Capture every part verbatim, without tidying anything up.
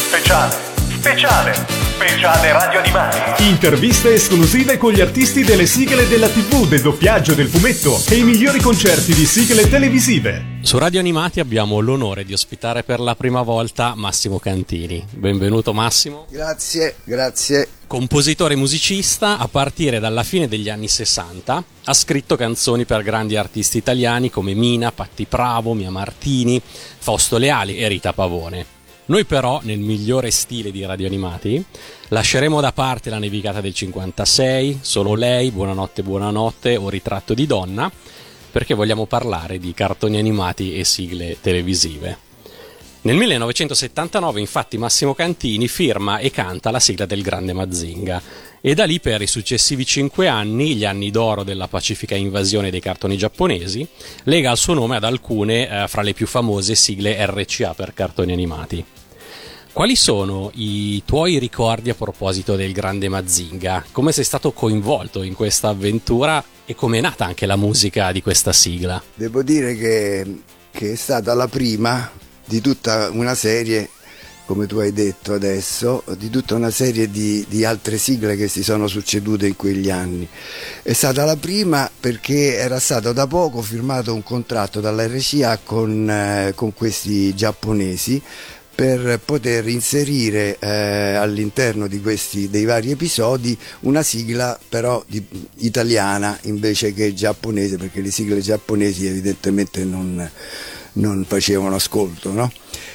Speciale, speciale, speciale Radio Animati. Interviste esclusive con gli artisti delle sigle della tivù, del doppiaggio, del fumetto e i migliori concerti di sigle televisive. Su Radio Animati abbiamo l'onore di ospitare per la prima volta Massimo Cantini. Benvenuto Massimo. Grazie, grazie. Compositore e musicista, a partire dalla fine degli anni sessanta ha scritto canzoni per grandi artisti italiani come Mina, Patti Pravo, Mia Martini, Fausto Leali e Rita Pavone. Noi però, nel migliore stile di Radio Animati, lasceremo da parte La nevicata del cinquantasei, Solo lei, Buonanotte buonanotte o Ritratto di donna, perché vogliamo parlare di cartoni animati e sigle televisive. Nel millenovecentosettantanove infatti Massimo Cantini firma e canta la sigla del Grande Mazinga e da lì per i successivi cinque anni, gli anni d'oro della pacifica invasione dei cartoni giapponesi, lega il suo nome ad alcune eh, fra le più famose sigle R C A per cartoni animati. Quali sono i tuoi ricordi a proposito del Grande Mazinga? Come sei stato coinvolto in questa avventura e come è nata anche la musica di questa sigla? Devo dire che, che è stata la prima di tutta una serie, come tu hai detto adesso, di tutta una serie di, di altre sigle che si sono succedute in quegli anni. È stata la prima perché era stato da poco firmato un contratto dall'R C A con, eh, con questi giapponesi per poter inserire eh, all'interno di questi dei vari episodi una sigla però di, italiana invece che giapponese, perché le sigle giapponesi evidentemente non, non facevano ascolto, no?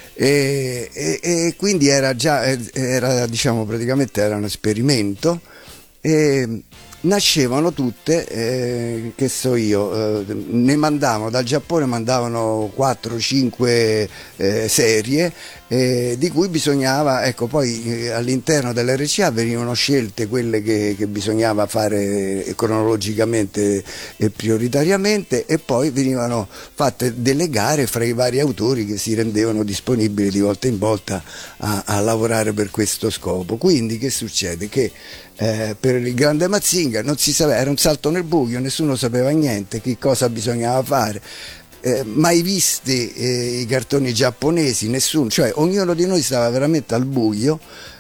E, e, e quindi era già era diciamo praticamente era un esperimento e nascevano tutte eh, che so io eh, ne mandavano dal Giappone, mandavano quattro cinque eh, serie eh, di cui bisognava, ecco, poi eh, all'interno dell'R C A venivano scelte quelle che, che bisognava fare cronologicamente e prioritariamente e poi venivano fatte delle gare fra i vari autori che si rendevano disponibili di volta in volta a, a lavorare per questo scopo. Quindi che succede? Che Eh, per il Grande Mazinga non si sapeva, era un salto nel buio, nessuno sapeva niente, che cosa bisognava fare, eh, mai visti eh, i cartoni giapponesi, nessuno, cioè ognuno di noi stava veramente al buio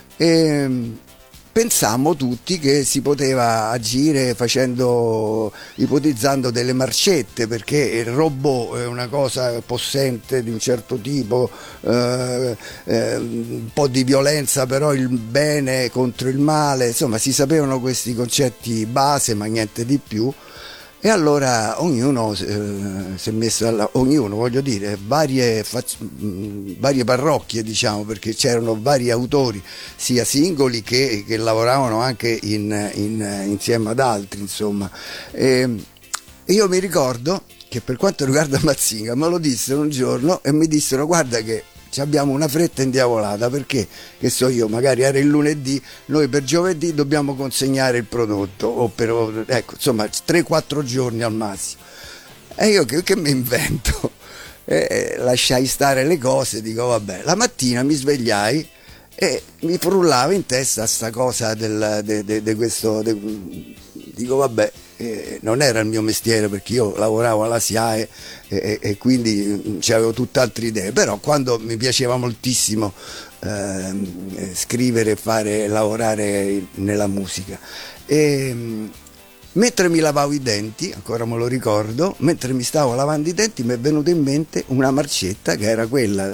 e pensammo tutti che si poteva agire facendo, ipotizzando delle marcette, perché il robot è una cosa possente di un certo tipo, eh, eh, un po' di violenza, però il bene contro il male, insomma si sapevano questi concetti base ma niente di più. E allora ognuno eh, si è messo alla, ognuno voglio dire varie, fac, mh, varie parrocchie, diciamo, perché c'erano vari autori sia singoli che, che lavoravano anche in, in, insieme ad altri, insomma. E io mi ricordo che per quanto riguarda Mazinga me lo dissero un giorno e mi dissero: guarda che abbiamo una fretta indiavolata, perché, che so io, magari era il lunedì, noi per giovedì dobbiamo consegnare il prodotto, o per, ecco, insomma, tre quattro giorni al massimo. E io che, che mi invento? E lasciai stare le cose, dico vabbè. La mattina mi svegliai e mi frullava in testa sta cosa del, de, de, de questo, de, dico vabbè, eh, non era il mio mestiere perché io lavoravo alla S I A E e, e quindi avevo tutt'altre idee, però quando mi piaceva moltissimo eh, scrivere, fare, lavorare nella musica. E, mentre mi lavavo i denti, ancora me lo ricordo, mentre mi stavo lavando i denti mi è venuta in mente una marcetta che era quella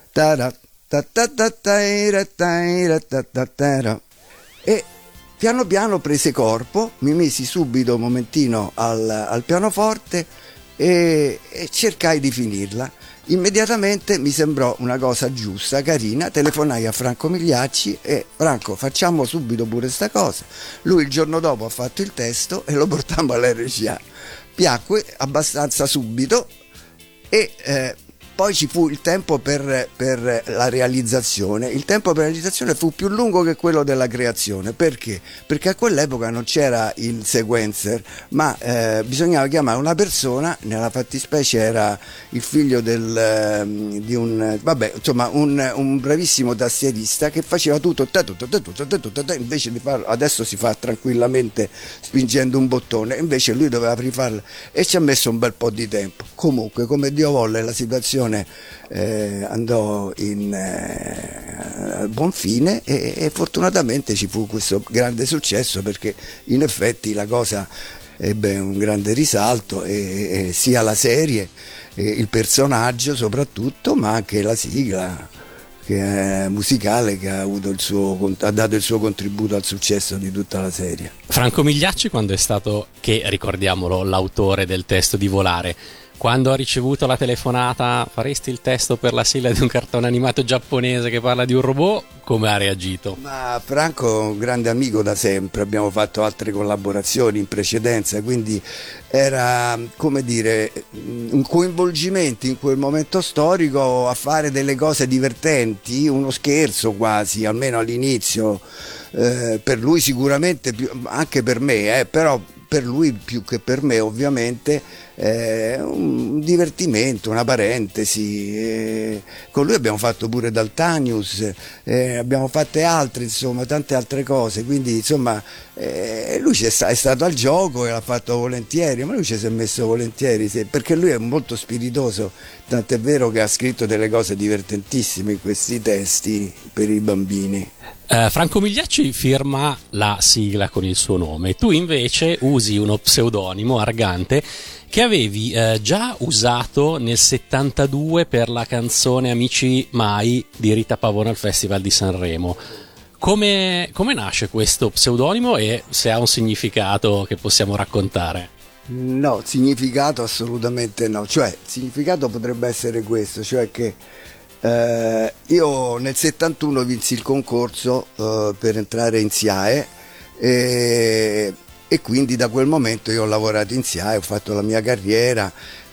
e piano piano prese corpo, mi misi subito un momentino al, al pianoforte e, e cercai di finirla. Immediatamente mi sembrò una cosa giusta, carina, telefonai a Franco Migliacci e: Franco, facciamo subito pure sta cosa. Lui il giorno dopo ha fatto il testo e lo portammo all'R C A. Piacque abbastanza subito e eh, poi ci fu il tempo per, per la realizzazione. Il tempo per la realizzazione fu più lungo che quello della creazione. Perché? Perché a quell'epoca non c'era il sequencer, ma eh, bisognava chiamare una persona, nella fattispecie era il figlio del, di un, vabbè, insomma, un, un bravissimo tastierista che faceva tutto, invece di farlo, adesso si fa tranquillamente spingendo un bottone, invece lui doveva rifarlo e ci ha messo un bel po' di tempo. Comunque, come Dio volle, la situazione Eh, andò in, eh, buon fine e, e fortunatamente ci fu questo grande successo, perché in effetti la cosa ebbe un grande risalto, e, e sia la serie, e il personaggio soprattutto, ma anche la sigla che è musicale, che ha, avuto il suo, ha dato il suo contributo al successo di tutta la serie. Franco Migliacci, quando è stato, che ricordiamolo, l'autore del testo di Volare, quando ha ricevuto la telefonata faresti il testo per la sigla di un cartone animato giapponese che parla di un robot, come ha reagito? Ma Franco è un grande amico da sempre, abbiamo fatto altre collaborazioni in precedenza, quindi era, come dire, un coinvolgimento in quel momento storico a fare delle cose divertenti, uno scherzo quasi, almeno all'inizio, eh, per lui sicuramente, più, anche per me, eh, però per lui più che per me ovviamente, eh, un divertimento, una parentesi. Eh, con lui abbiamo fatto pure Daltanius, eh, abbiamo fatte altre, insomma, tante altre cose, quindi insomma eh, lui è, sta- è stato al gioco e l'ha fatto volentieri, ma lui ci si è messo volentieri, se, perché lui è molto spiritoso, tant'è vero che ha scritto delle cose divertentissime in questi testi per i bambini. Uh, Franco Migliacci firma la sigla con il suo nome, tu invece usi uno pseudonimo, Argante, che avevi uh, già usato nel settantadue per la canzone Amici Mai di Rita Pavone al Festival di Sanremo. Come, come nasce questo pseudonimo e se ha un significato che possiamo raccontare? No, significato assolutamente no, cioè il significato potrebbe essere questo, cioè che Eh, io nel settantuno vinsi il concorso eh, per entrare in S I A E, e, e quindi da quel momento io ho lavorato in S I A E, ho fatto la mia carriera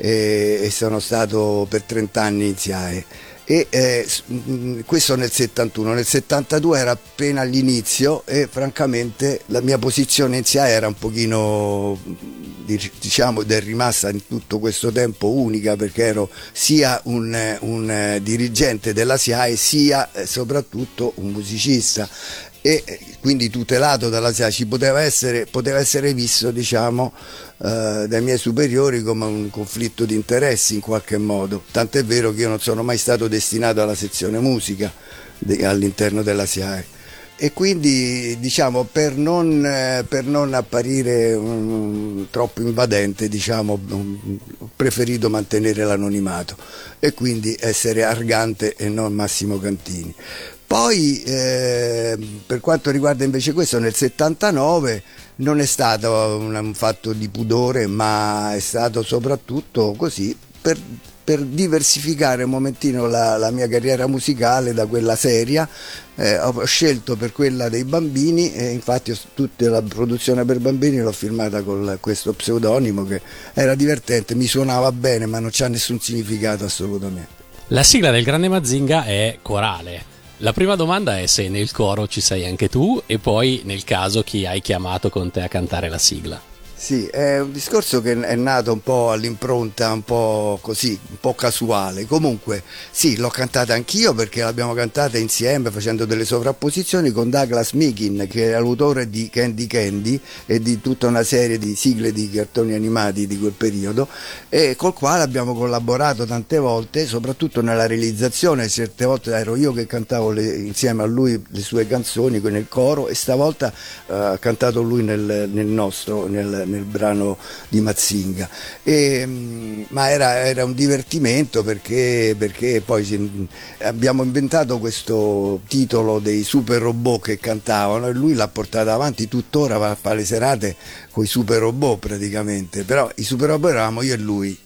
e, e sono stato per trenta anni in S I A E. E eh, questo nel settantuno, nel settantadue era appena all'inizio e francamente la mia posizione in S I A E era un pochino, diciamo, ed è rimasta in tutto questo tempo unica, perché ero sia un, un dirigente della S I A E sia eh, soprattutto un musicista, e quindi tutelato dalla S I A E. Ci poteva essere, poteva essere visto, diciamo, eh, dai miei superiori come un conflitto di interessi in qualche modo, tant'è vero che io non sono mai stato destinato alla sezione musica de, all'interno della S I A E, e quindi, diciamo, per non, eh, per non apparire um, troppo invadente, diciamo, um, ho preferito mantenere l'anonimato e quindi essere Argante e non Massimo Cantini. Poi eh, per quanto riguarda invece questo, nel settantanove non è stato un, un fatto di pudore, ma è stato soprattutto così per, per diversificare un momentino la, la mia carriera musicale da quella seria. Eh, ho scelto per quella dei bambini e infatti ho, tutta la produzione per bambini l'ho firmata con questo pseudonimo, che era divertente, mi suonava bene, ma non c'ha nessun significato assolutamente. La sigla del Grande Mazinga è corale. La prima domanda è se nel coro ci sei anche tu, e poi nel caso chi hai chiamato con te a cantare la sigla. Sì, è un discorso che è nato un po' all'impronta, un po' così, un po' casuale. Comunque sì, l'ho cantata anch'io perché l'abbiamo cantata insieme facendo delle sovrapposizioni con Douglas Meakin, che è l'autore di Candy Candy e di tutta una serie di sigle di cartoni animati di quel periodo, e col quale abbiamo collaborato tante volte, soprattutto nella realizzazione. Certe volte ero io che cantavo le, insieme a lui le sue canzoni nel coro, e stavolta ha uh, cantato lui nel, nel nostro, nel nel brano di Mazinga, e, ma era, era un divertimento perché, perché poi abbiamo inventato questo titolo dei super robot che cantavano e lui l'ha portato avanti, tuttora va a fare le serate con i super robot praticamente, però i super robot eravamo io e lui.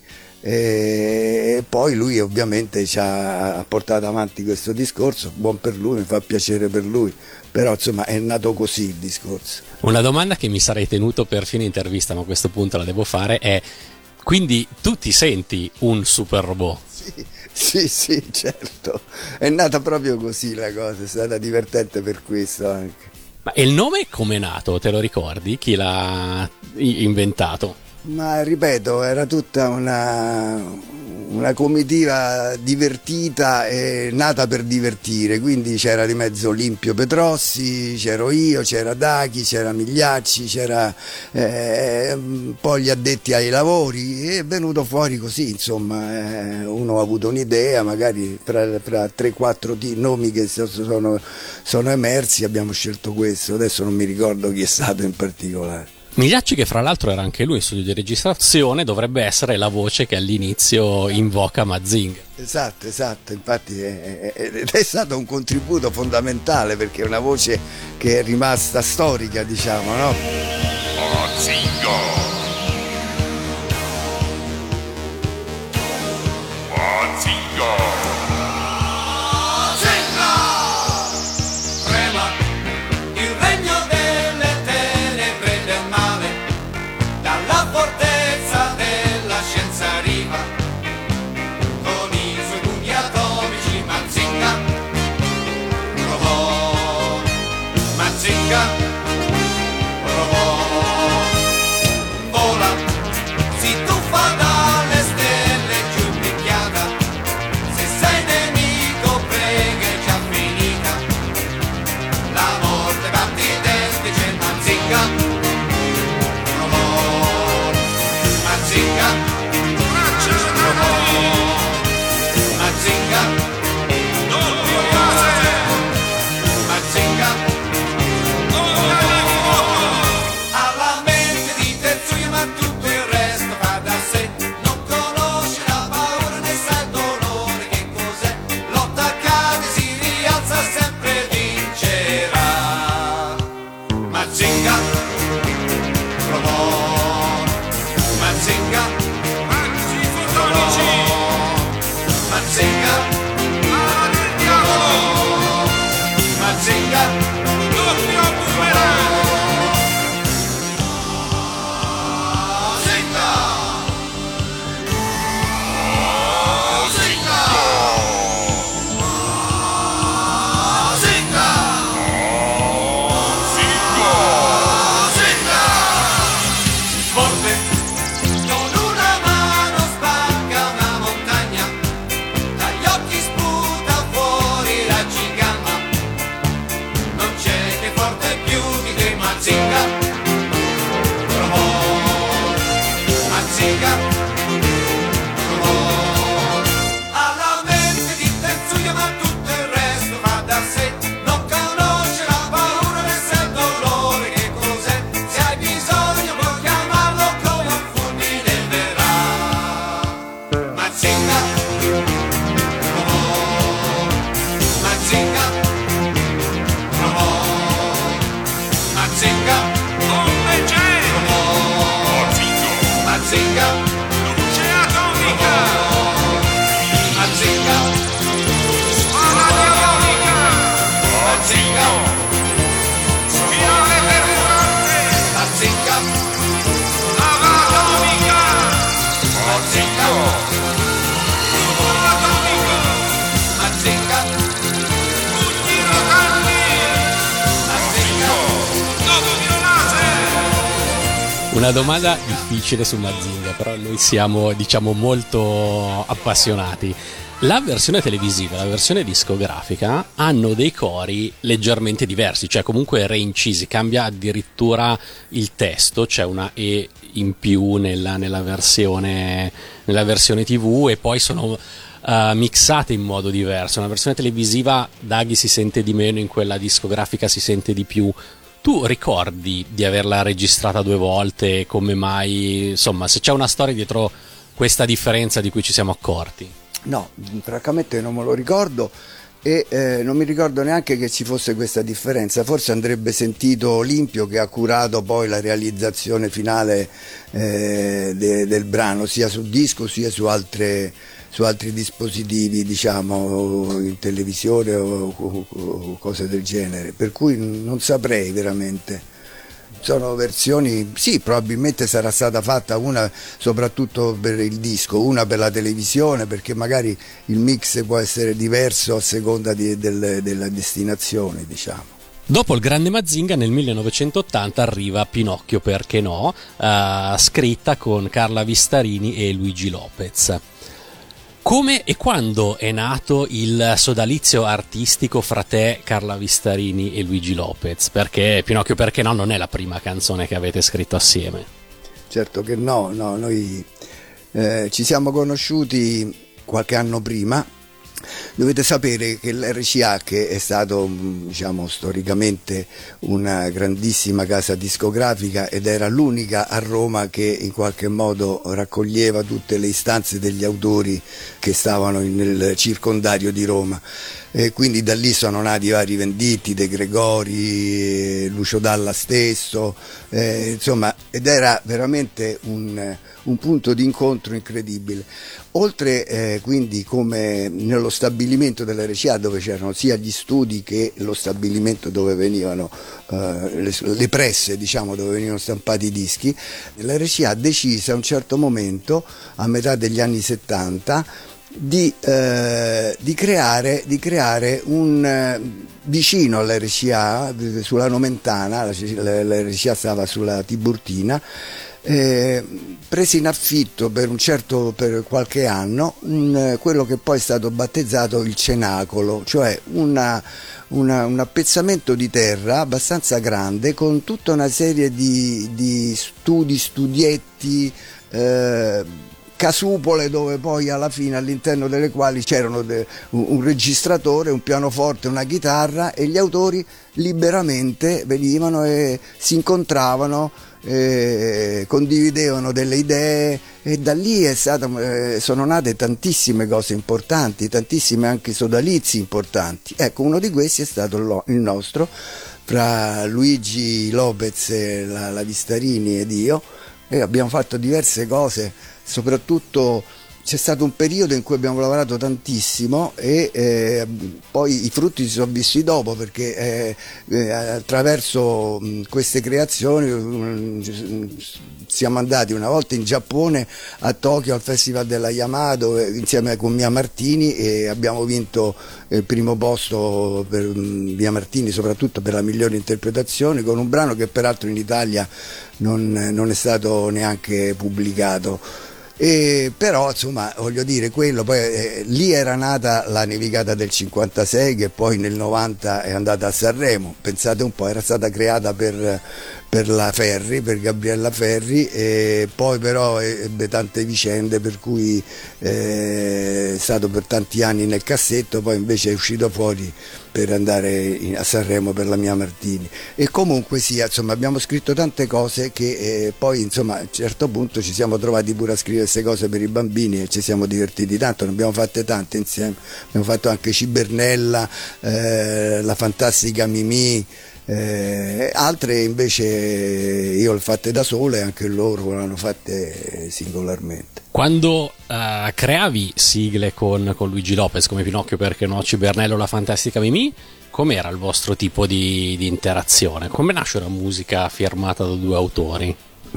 E poi lui ovviamente ci ha portato avanti questo discorso, buon per lui, mi fa piacere per lui, però insomma è nato così il discorso. Una domanda che mi sarei tenuto per fine intervista, ma a questo punto la devo fare, è: quindi tu ti senti un super robot? Sì, sì, sì, certo, è nata proprio così la cosa, è stata divertente per questo anche. Ma il nome com'è nato, te lo ricordi? Chi l'ha inventato? Ma ripeto, era tutta una, una comitiva divertita e nata per divertire, quindi c'era di mezzo Olimpio Petrossi, c'ero io, c'era Dachi, c'era Migliacci, c'era eh, poi gli addetti ai lavori, è venuto fuori così, insomma, eh, uno ha avuto un'idea, magari fra, fra tre quattro nomi che sono, sono emersi abbiamo scelto questo, adesso non mi ricordo chi è stato in particolare. Migliacci, che fra l'altro era anche lui in studio di registrazione, dovrebbe essere la voce che all'inizio invoca Mazinga. Esatto, esatto, infatti è, è, è stato un contributo fondamentale perché è una voce che è rimasta storica, diciamo, no? Mazinga. Mazinga. Una domanda difficile su Mazinga, però noi siamo, diciamo, molto appassionati. La versione televisiva e la versione discografica hanno dei cori leggermente diversi, cioè comunque reincisi, cambia addirittura il testo, c'è una E in più nella, nella, versione, nella versione tivù, e poi sono uh, mixate in modo diverso. Nella versione televisiva Daghi si sente di meno, in quella discografica si sente di più. Tu ricordi di averla registrata due volte? Come mai? Insomma, se c'è una storia dietro questa differenza di cui ci siamo accorti. No, francamente non me lo ricordo e eh, non mi ricordo neanche che ci fosse questa differenza. Forse andrebbe sentito Olimpio, che ha curato poi la realizzazione finale eh, de, del brano, sia sul disco sia su altre su altri dispositivi, diciamo, in televisione o, o, o cose del genere, per cui non saprei veramente. Sono versioni, sì, probabilmente sarà stata fatta una soprattutto per il disco, una per la televisione, perché magari il mix può essere diverso a seconda di, del, della destinazione, diciamo. Dopo il grande Mazinga nel millenovecentottanta arriva Pinocchio perché no, uh, scritta con Carla Vistarini e Luigi Lopez. Come e quando è nato il sodalizio artistico fra te, Carla Vistarini e Luigi Lopez? Perché Pinocchio perché no non è la prima canzone che avete scritto assieme. Certo che no, no noi eh, ci siamo conosciuti qualche anno prima. Dovete sapere che l'R C A, che è stato diciamo storicamente una grandissima casa discografica ed era l'unica a Roma che in qualche modo raccoglieva tutte le istanze degli autori che stavano nel circondario di Roma, e quindi da lì sono nati vari Venditti, De Gregori, Lucio Dalla stesso, eh, insomma, ed era veramente un, un punto di incontro incredibile. Oltre eh, quindi come nello stabilimento dell'R C A, dove c'erano sia gli studi che lo stabilimento dove venivano eh, le, le presse, diciamo, dove venivano stampati i dischi, l'R C A decise a un certo momento, a metà degli anni settanta, di, eh, di, creare, di creare un eh, vicino all'R C A, sulla Nomentana, l'R C A stava sulla Tiburtina, Eh, presi in affitto per un certo per qualche anno un, quello che poi è stato battezzato il cenacolo, cioè una, una, un appezzamento di terra abbastanza grande con tutta una serie di, di studi, studietti, eh, casupole, dove poi alla fine all'interno delle quali c'erano de, un, un registratore, un pianoforte, una chitarra, e gli autori liberamente venivano e si incontravano, eh, condividevano delle idee, e da lì è stata, eh, sono nate tantissime cose importanti, tantissime anche sodalizi importanti. Ecco, uno di questi è stato lo, il nostro, fra Luigi Lopez, la, la Vistarini ed io, e abbiamo fatto diverse cose. Soprattutto c'è stato un periodo in cui abbiamo lavorato tantissimo e eh, poi i frutti si sono visti dopo, perché eh, eh, attraverso mh, queste creazioni mh, siamo andati una volta in Giappone, a Tokyo, al Festival della Yamato, eh, insieme con Mia Martini, e abbiamo vinto il primo posto per mh, Mia Martini, soprattutto per la migliore interpretazione, con un brano che peraltro in Italia non, non è stato neanche pubblicato. E però insomma, voglio dire, quello poi eh, lì era nata la Nevicata del cinquantasei, che poi nel novanta è andata a Sanremo. Pensate un po', era stata creata per, per la Ferri, per Gabriella Ferri, e poi però ebbe tante vicende, per cui eh, è stato per tanti anni nel cassetto, poi invece è uscito fuori per andare in, a Sanremo per la Mia Martini. E comunque sia, insomma, abbiamo scritto tante cose che eh, poi insomma a un certo punto ci siamo trovati pure a scrivere queste cose per i bambini e ci siamo divertiti tanto, ne abbiamo fatte tante insieme, abbiamo fatto anche Cibernella, eh, la fantastica Mimì, eh, altre invece io le ho fatte da sole, anche loro le hanno fatte singolarmente. Quando uh, creavi sigle con, con Luigi Lopez, come Pinocchio perché no, Cibernello, la fantastica Mimì, com'era il vostro tipo di, di interazione? Come nasce una musica firmata da due autori?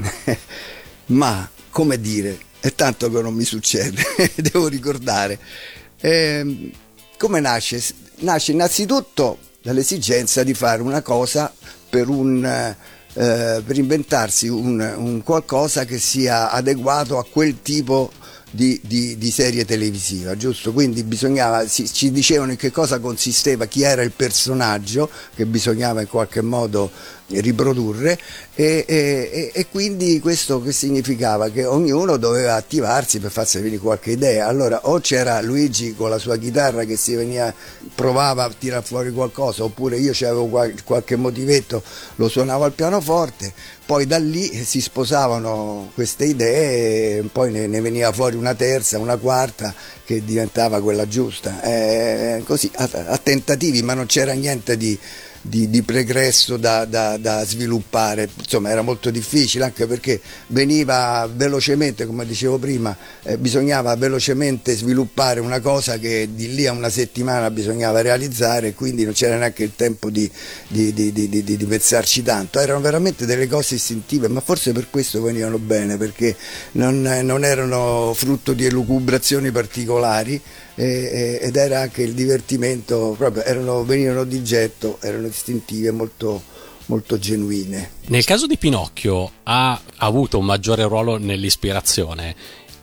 Ma come dire, è tanto che non mi succede, devo ricordare. Eh, come nasce? Nasce innanzitutto dall'esigenza di fare una cosa per un... Eh, per inventarsi un, un qualcosa che sia adeguato a quel tipo di, di, di serie televisiva, giusto? Quindi bisognava, ci, ci dicevano in che cosa consisteva, chi era il personaggio che bisognava in qualche modo riprodurre, e, e, e quindi questo che significava? Che ognuno doveva attivarsi per farsi venire qualche idea. Allora o c'era Luigi con la sua chitarra che si veniva, provava a tirare fuori qualcosa, oppure io c'avevo qualche, qualche motivetto, lo suonavo al pianoforte, poi da lì si sposavano queste idee e poi ne, ne veniva fuori una terza, una quarta che diventava quella giusta, eh, così a, a tentativi, ma non c'era niente di Di, di pregresso da, da, da sviluppare. Insomma, era molto difficile, anche perché veniva velocemente, come dicevo prima, eh, bisognava velocemente sviluppare una cosa che di lì a una settimana bisognava realizzare, quindi non c'era neanche il tempo di, di, di, di, di, di pensarci tanto. Erano veramente delle cose istintive, ma forse per questo venivano bene, perché non, non erano frutto di elucubrazioni particolari, E, ed era anche il divertimento, proprio erano, venivano di getto, erano istintive, molto, molto genuine. Nel caso di Pinocchio ha avuto un maggiore ruolo nell'ispirazione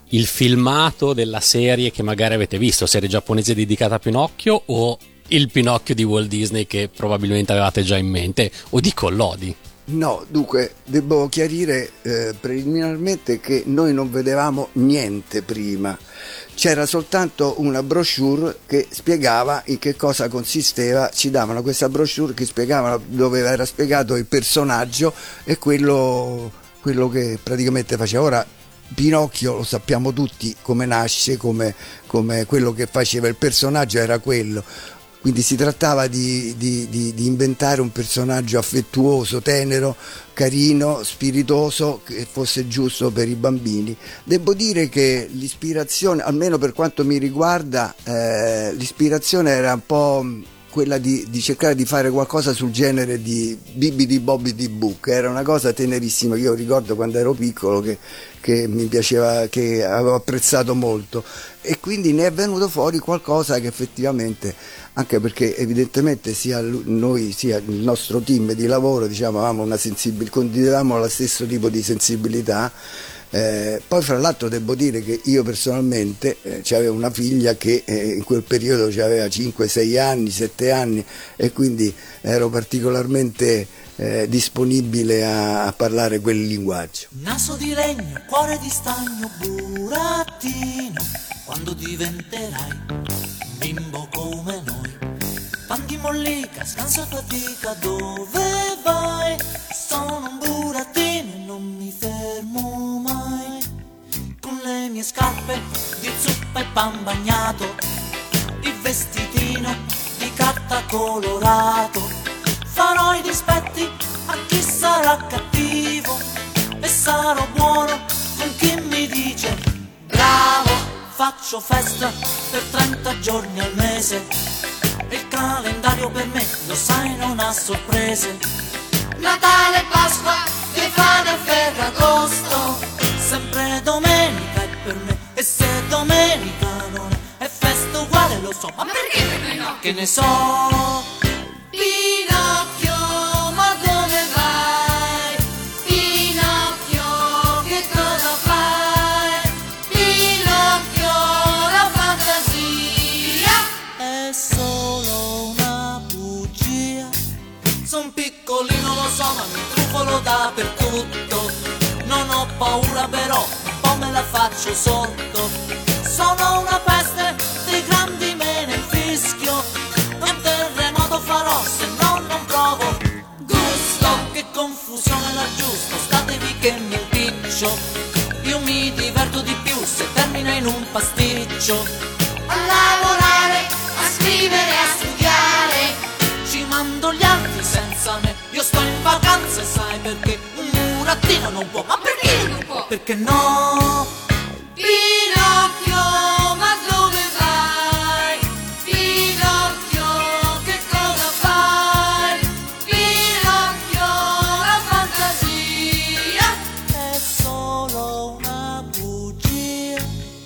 il filmato della serie che magari avete visto, serie giapponese dedicata a Pinocchio, o il Pinocchio di Walt Disney che probabilmente avevate già in mente, o di Collodi? No, dunque, devo chiarire eh, preliminarmente che noi non vedevamo niente prima. C'era soltanto una brochure che spiegava in che cosa consisteva, ci davano questa brochure che spiegava dove era spiegato il personaggio e quello, quello che praticamente faceva. Ora Pinocchio lo sappiamo tutti come nasce, come, come quello che faceva il personaggio era quello. Quindi si trattava di, di, di, di inventare un personaggio affettuoso, tenero, carino, spiritoso, che fosse giusto per i bambini. Devo dire che l'ispirazione, almeno per quanto mi riguarda, eh, l'ispirazione era un po' quella di, di cercare di fare qualcosa sul genere di Bibbidi Bobbidi Boo, che era una cosa tenerissima. Io ricordo quando ero piccolo che, che mi piaceva, che avevo apprezzato molto, e quindi ne è venuto fuori qualcosa che effettivamente, anche perché evidentemente sia noi sia il nostro team di lavoro, diciamo, avevamo una sensibilità, condividevamo lo stesso tipo di sensibilità. Eh, poi fra l'altro devo dire che io personalmente eh, avevo una figlia che eh, in quel periodo aveva cinque sei anni, sette anni, e quindi ero particolarmente eh, disponibile a, a parlare quel linguaggio. Naso di legno, cuore di stagno, burattino, quando diventerai un bimbo come noi. Pan di mollica, scansa fatica, dove vai? Sono un burattino e non mi fermo mai. Con le mie scarpe di zuppa e pan bagnato, il vestitino di carta colorato, farò i dispetti a chi sarà cattivo e sarò buono con chi mi dice bravo. Faccio festa per trenta giorni al mese, il calendario per me, lo sai, non ha sorprese. Natale, Pasqua, Befana e Ferragosto, sempre domenica è per me, e se domenica non è, è festa uguale, lo so, ma perché per me no? Che ne so? Pinocchio, ma dove vai? Pinocchio, che cosa fai? Pinocchio, la fantasia è solo una bugia. Son piccolino, lo so, ma mi trufolo dappertutto. Non ho paura però, un po' me la faccio sotto. Sono una peste, dei grandi me ne infischio. Un terremoto farò, se no non provo gusto. Che confusione l'aggiusto, statevi che mi impiccio. Io mi diverto di più se termina in un pasticcio. A lavorare, a scrivere, a studiare, ci mando gli altri senza me. Io sto in vacanze, sai perché? Un burattino non può, ma perché non può? Perché no? Pinocchio, ma dove vai? Pinocchio, che cosa fai? Pinocchio, la fantasia è solo una bugia.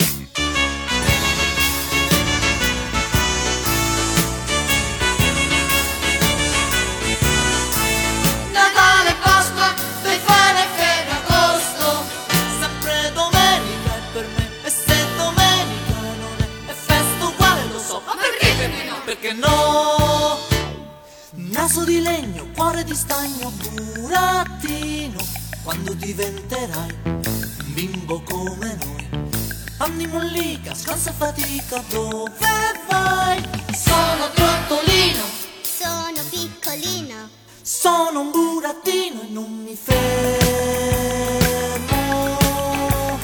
Natale, Pasqua, Befana e Ferragosto, sempre domenica è per me, e se domenica non è, è festa uguale, lo so, ma perché per me no? Perché no? Naso di legno, cuore di stagno, burattino, quando diventerai un bimbo come noi. Pan di mollica, scansa fatica, dove vai? Sono trottolino, Sono piccolino, sono un burattino e non mi fermo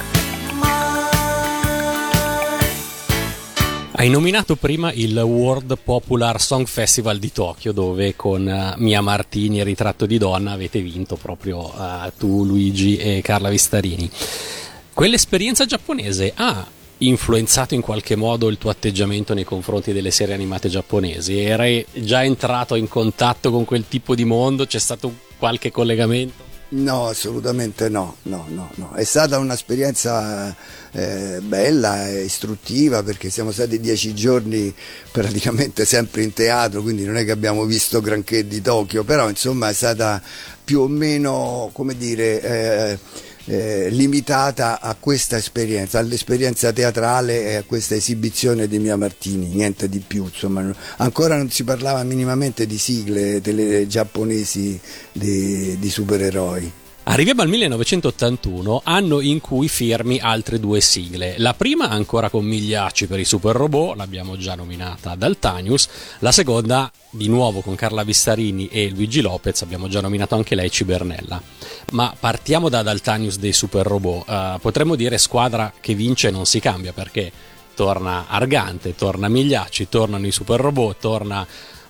mai. Hai nominato prima il World Popular Song Festival di Tokyo, dove con uh, Mia Martini e Ritratto di donna avete vinto proprio uh, tu, Luigi e Carla Vistarini. Quell'esperienza giapponese ha influenzato in qualche modo il tuo atteggiamento nei confronti delle serie animate giapponesi? Eri già entrato in contatto con quel tipo di mondo? C'è stato qualche collegamento? No, assolutamente no, no, no, no. È stata un'esperienza eh, bella e istruttiva, perché siamo stati dieci giorni praticamente sempre in teatro, quindi non è che abbiamo visto granché di Tokyo, però insomma è stata più o meno, come dire, eh, eh, limitata a questa esperienza, all'esperienza teatrale e a questa esibizione di Mia Martini, niente di più, insomma. Ancora non si parlava minimamente di sigle tele giapponesi di, di supereroi. Arriviamo al millenovecentottantuno, anno in cui firmi altre due sigle. La prima ancora con Migliacci per i Super Robot, l'abbiamo già nominata Daltanius. La seconda, di nuovo con Carla Vistarini e Luigi Lopez, abbiamo già nominato anche lei, Cibernella. Ma partiamo da Daltanius dei Super Robot. Uh, potremmo dire squadra che vince non si cambia, perché torna Argante, torna Migliacci, tornano i Super Robot, torna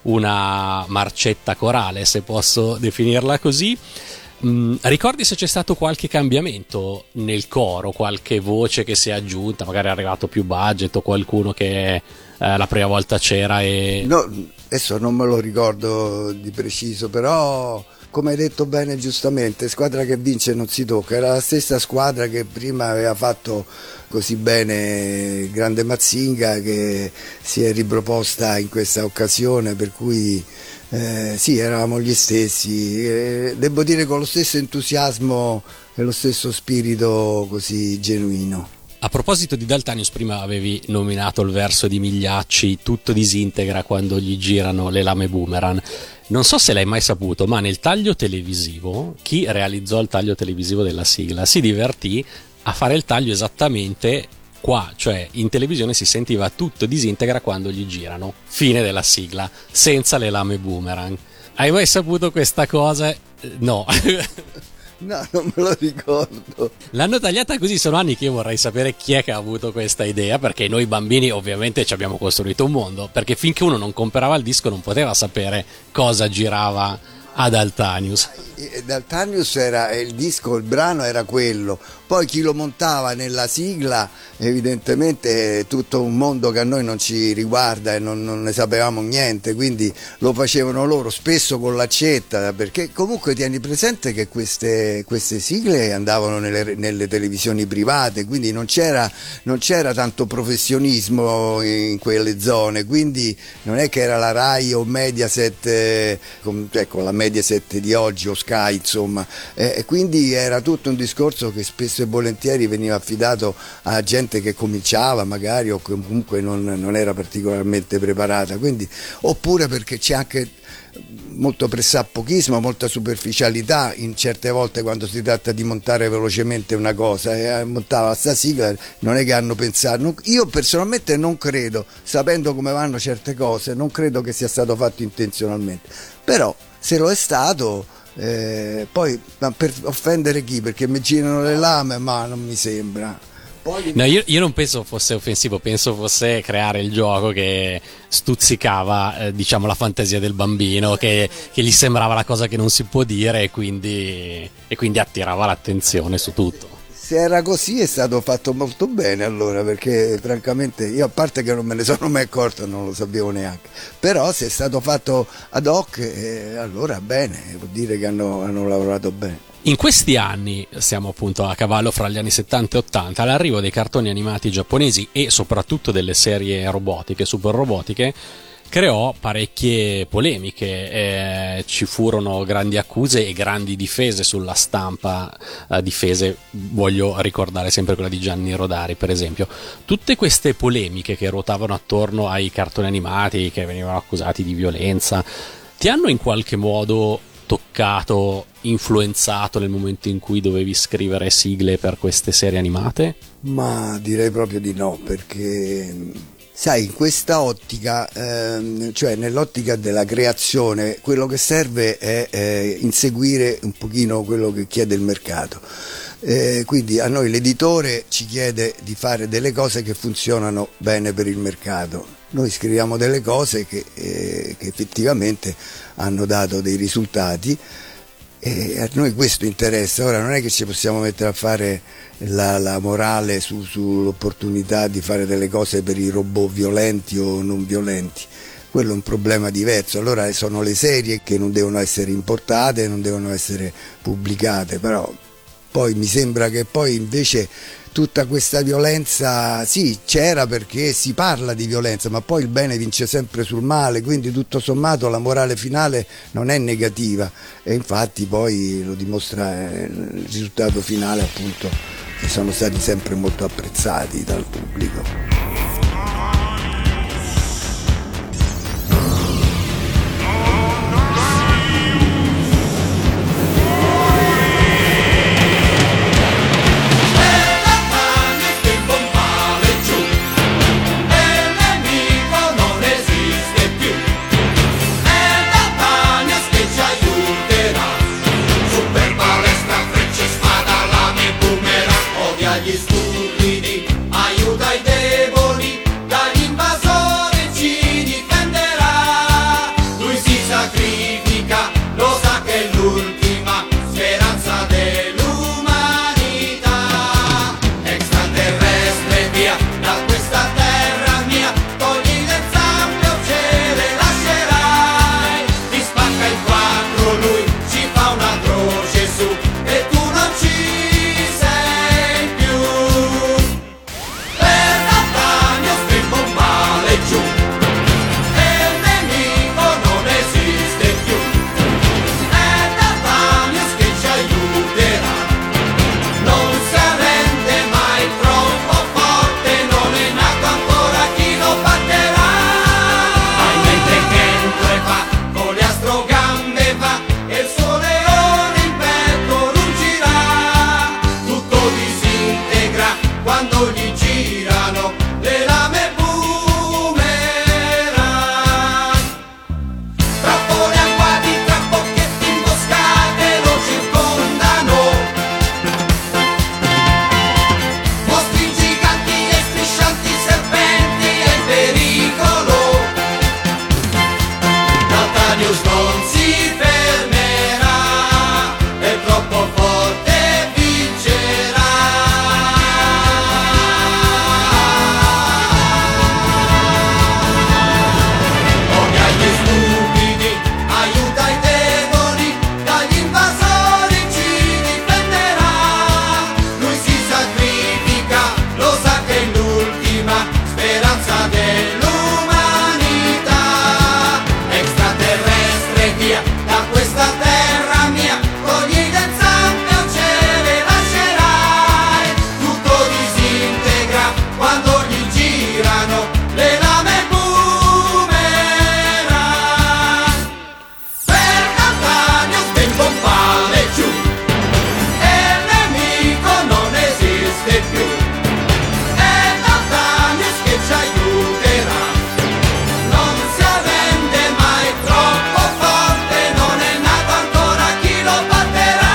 una marcetta corale, se posso definirla così. Mm, ricordi se c'è stato qualche cambiamento nel coro, qualche voce che si è aggiunta, magari è arrivato più budget o qualcuno che eh, la prima volta c'era e... No, adesso non me lo ricordo di preciso, però come hai detto bene giustamente, squadra che vince non si tocca, era la stessa squadra che prima aveva fatto così bene Grande Mazinga, che si è riproposta in questa occasione, per cui Eh, sì, eravamo gli stessi, eh, devo dire con lo stesso entusiasmo e lo stesso spirito così genuino. A proposito di Daltanius, prima avevi nominato il verso di Migliacci, tutto disintegra quando gli girano le lame boomerang. Non so se l'hai mai saputo, ma nel taglio televisivo, chi realizzò il taglio televisivo della sigla si divertì a fare il taglio esattamente qua, cioè in televisione si sentiva tutto disintegra quando gli girano, fine della sigla, senza le lame boomerang. Hai mai saputo questa cosa? No. No, non me lo ricordo. L'hanno tagliata così, sono anni che io vorrei sapere chi è che ha avuto questa idea, perché noi bambini ovviamente ci abbiamo costruito un mondo, perché finché uno non comprava il disco non poteva sapere cosa girava ad Daltanius. Daltanius era il disco, il brano era quello, poi chi lo montava nella sigla evidentemente è tutto un mondo che a noi non ci riguarda e non, non ne sapevamo niente, quindi lo facevano loro, spesso con l'accetta, perché comunque tieni presente che queste, queste sigle andavano nelle, nelle televisioni private, quindi non c'era, non c'era tanto professionismo in quelle zone, quindi non è che era la Rai o Mediaset, eh, con, ecco, la Mediaset di oggi o Sky, insomma, e eh, quindi era tutto un discorso che spesso e volentieri veniva affidato a gente che cominciava magari o comunque non, non era particolarmente preparata, quindi, oppure perché c'è anche molto pressappochismo, molta superficialità in certe volte quando si tratta di montare velocemente una cosa, e montava sta sigla, non è che hanno pensato, io personalmente non credo, sapendo come vanno certe cose, non credo che sia stato fatto intenzionalmente, però se lo è stato, eh, poi ma per offendere chi? Perché mi girano le lame, ma non mi sembra. Poi... No, io, io non penso fosse offensivo, penso fosse creare il gioco che stuzzicava eh, diciamo la fantasia del bambino, che, che gli sembrava la cosa che non si può dire e quindi, e quindi attirava l'attenzione su tutto. Se era così è stato fatto molto bene allora, perché francamente io, a parte che non me ne sono mai accorto, non lo sapevo neanche, però se è stato fatto ad hoc, eh, allora bene, vuol dire che hanno, hanno lavorato bene. In questi anni, siamo appunto a cavallo fra gli anni settanta e ottanta, l'arrivo dei cartoni animati giapponesi e soprattutto delle serie robotiche, super robotiche, creò parecchie polemiche, eh, ci furono grandi accuse e grandi difese sulla stampa, eh, difese, voglio ricordare sempre quella di Gianni Rodari per esempio. Tutte queste polemiche che ruotavano attorno ai cartoni animati, che venivano accusati di violenza, ti hanno in qualche modo toccato, influenzato nel momento in cui dovevi scrivere sigle per queste serie animate? Ma direi proprio di no, perché... sai, in questa ottica, ehm, cioè nell'ottica della creazione, quello che serve è eh, inseguire un pochino quello che chiede il mercato. Eh, quindi a noi l'editore ci chiede di fare delle cose che funzionano bene per il mercato. Noi scriviamo delle cose che, eh, che effettivamente hanno dato dei risultati. E a noi questo interessa. Ora non è che ci possiamo mettere a fare la, la morale su, sull'opportunità di fare delle cose per i robot violenti o non violenti, quello è un problema diverso. Allora sono le serie che non devono essere importate, non devono essere pubblicate, però Poi mi sembra che poi invece tutta questa violenza, sì, c'era perché si parla di violenza, ma poi il bene vince sempre sul male, quindi tutto sommato la morale finale non è negativa, e infatti poi lo dimostra il risultato finale, appunto, che sono stati sempre molto apprezzati dal pubblico. Gli stupidi, aiuta i deboli, dagli invasori ci difenderà. Lui si sacrifica, lo sa che è l'ultima speranza dell'umanità. Extraterrestre via da questa terra mia, togli le zampe o ce le lascerai. Ti spacca in quattro, lui ci fa una croce su e tu non ci quando gli girano le lame boomerang. Trappoli agguati, tra bocchetti imboscate lo circondano. Mostri giganti e striscianti serpenti è il pericolo. Nathanius non si fermerà, è troppo forte, vincerà. Aiuta i deboli, dagli invasori ci difenderà. Lui si sacrifica, lo sa che è l'ultima speranza dell'umanità. Extraterrestre via da questa terra mia, togli le zampe o ce le lascerai. Tutto disintegra quando gli girano le lame boomerang. Palle giù, e il nemico non esiste più, è Nathanius che ci aiuterà, non si arrende mai, troppo forte, non è nato ancora chi lo batterà.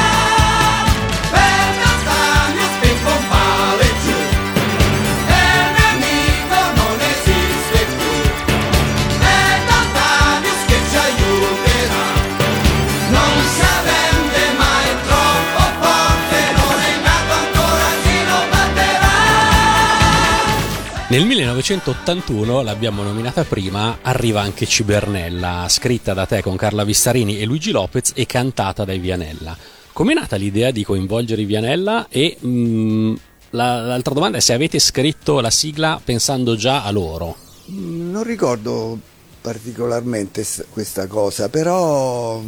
Per Nathanius che palle giù, e il nemico non esiste più, è Nathanius che ci aiuterà. Non si arrende mai, troppo forte, non è nato ancora chi lo batterà. Nel millenovecentottantuno, l'abbiamo nominata prima, arriva anche Cibernella, scritta da te con Carla Vistarini e Luigi Lopez e cantata dai Vianella. Com'è nata l'idea di coinvolgere i Vianella? E mh, la, l'altra domanda è se avete scritto la sigla pensando già a loro. Non ricordo particolarmente questa cosa, però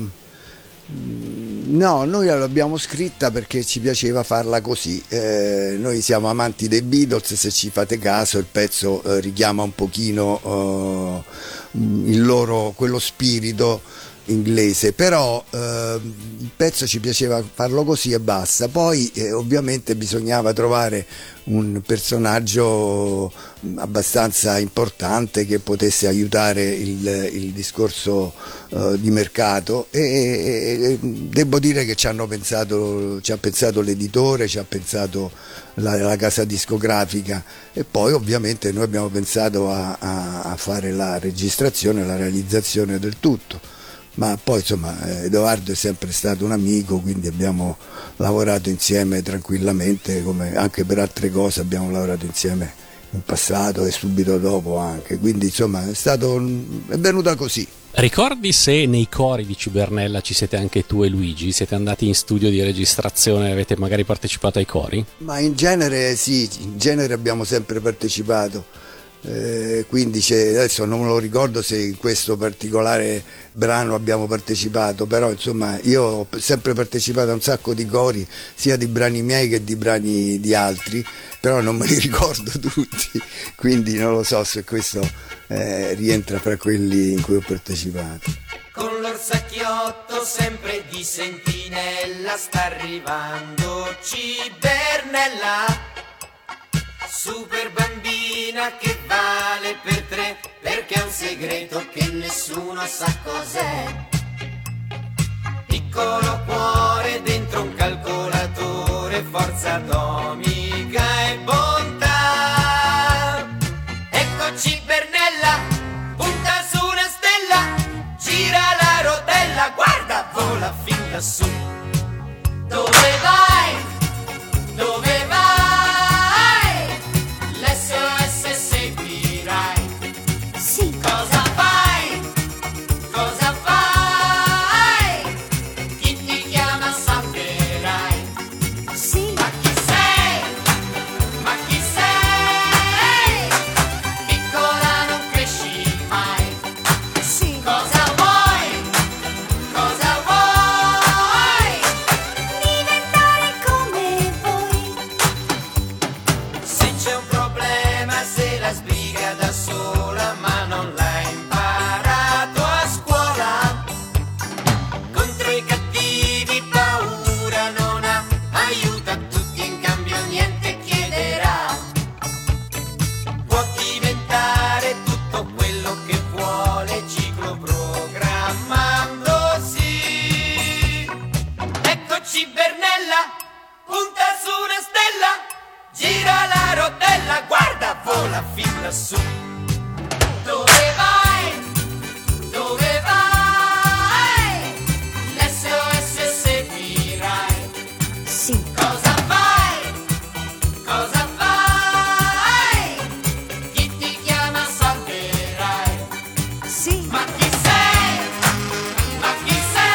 no, noi l'abbiamo scritta perché ci piaceva farla così. Eh, noi siamo amanti dei Beatles, se ci fate caso il pezzo eh, richiama un pochino eh, il loro, quello spirito inglese, però eh, il pezzo ci piaceva farlo così e basta. Poi eh, ovviamente bisognava trovare un personaggio abbastanza importante che potesse aiutare il, il discorso eh, di mercato e, e, e devo dire che ci hanno pensato, ci ha pensato l'editore, ci ha pensato la, la casa discografica e poi ovviamente noi abbiamo pensato a, a, a fare la registrazione, la realizzazione del tutto. Ma poi insomma Edoardo è sempre stato un amico, quindi abbiamo lavorato insieme tranquillamente, come anche per altre cose abbiamo lavorato insieme in passato e subito dopo anche, quindi insomma è stato è venuta così. Ricordi se nei cori di Cibernella ci siete anche tu e Luigi? Siete andati in studio di registrazione e avete magari partecipato ai cori? Ma in genere sì, in genere abbiamo sempre partecipato, eh, quindi c'è, adesso non me lo ricordo se in questo particolare brano abbiamo partecipato, però insomma io ho sempre partecipato a un sacco di cori, sia di brani miei che di brani di altri, però non me li ricordo tutti, quindi non lo so se questo eh, rientra fra quelli in cui ho partecipato. Con l'orsacchiotto sempre di sentinella sta arrivando Cibernella, super bambina che vale per tre, perché è un segreto che nessuno sa cos'è. Piccolo cuore dentro un calcolatore, forza atomica e bontà. Ecco Cibernella, punta su una stella, gira la rotella, guarda, vola fin lassù. Dove vai? Dove vai? L'S O S seguirai. Sì. Cosa fai? Cosa fai? Chi ti chiama saprai. Sì. Ma chi sei? Ma chi sei? Piccola non cresci mai. Sì. Cosa vuoi? Cosa vuoi? Diventare come voi. Se c'è un problema se la sbriga da sola, ma non l'ha imparato a scuola. Contro i cattivi paura non ha, aiuta tutti in cambio niente chiederà. Può diventare tutto quello che vuole, ciclo programmandosi. Ecco Cibernella, punta su una stella, gira la rotella, guarda, vola fin lassù. Dove vai? Dove vai? L'S O S seguirai. Sì. Cosa fai? Cosa fai? Chi ti chiama salverai. Sì. Ma chi sei? Ma chi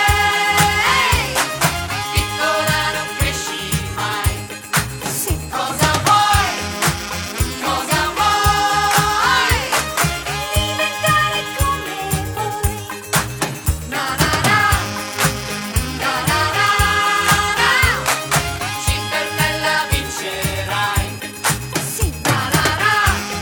sei? Piccola non cresci mai. Sì. Cosa vuoi? Cosa vuoi? Diventare come voi. Na na na, na na na na. Cibernella vincerai. Sì. Na na na,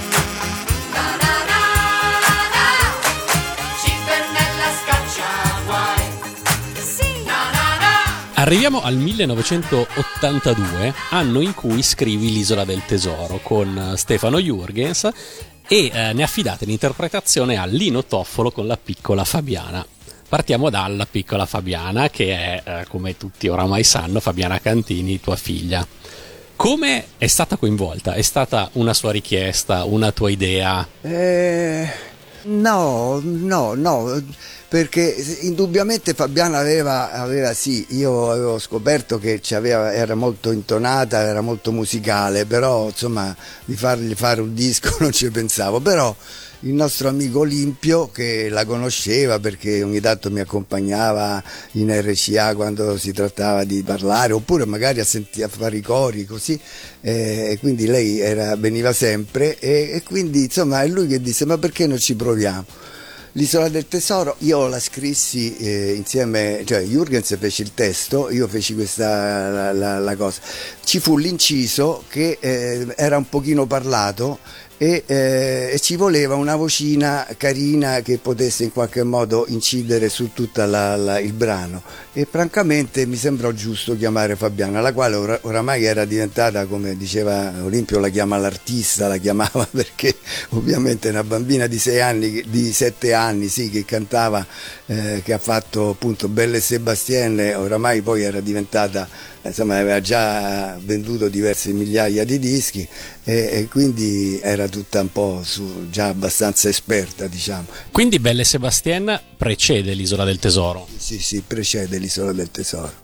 na na na na. Cibernella scaccia guai. Sì. Na na na. Arriviamo al millenovecentottantadue, anno in cui scrivi L'Isola del Tesoro con Stefano Jurgens e eh, ne affidate l'interpretazione a Lino Toffolo con la piccola Fabiana. Partiamo dalla piccola Fabiana, che è, eh, come tutti oramai sanno, Fabiana Cantini, tua figlia. Come è stata coinvolta? È stata una sua richiesta, una tua idea? Eh, no, no, no, perché indubbiamente Fabiana aveva, aveva sì, io avevo scoperto che ci aveva, era molto intonata, era molto musicale, però insomma di fargli fare un disco non ci pensavo, però il nostro amico Olimpio, che la conosceva perché ogni tanto mi accompagnava in R C A quando si trattava di parlare, oppure magari a, senti- a fare i cori così, eh, e quindi lei era, veniva sempre e, e quindi insomma è lui che disse: ma perché non ci proviamo? L'Isola del Tesoro io la scrissi eh, insieme, cioè Jurgens fece il testo, io feci questa la, la, la cosa, ci fu l'inciso che eh, era un pochino parlato e, eh, e ci voleva una vocina carina che potesse in qualche modo incidere su tutto il brano, e francamente mi sembrò giusto chiamare Fabiana, la quale or- oramai era diventata, come diceva Olimpio, la chiama l'artista, la chiamava perché ovviamente una bambina di sei anni, di sette anni, sì, che cantava, eh, che ha fatto appunto Belle e Sebastienne, oramai poi era diventata, insomma aveva già venduto diverse migliaia di dischi e, e quindi era tutta un po' su, già abbastanza esperta, diciamo. Quindi Belle Sebastienne precede l'Isola del Tesoro? Sì, sì, precede l'Isola del Tesoro.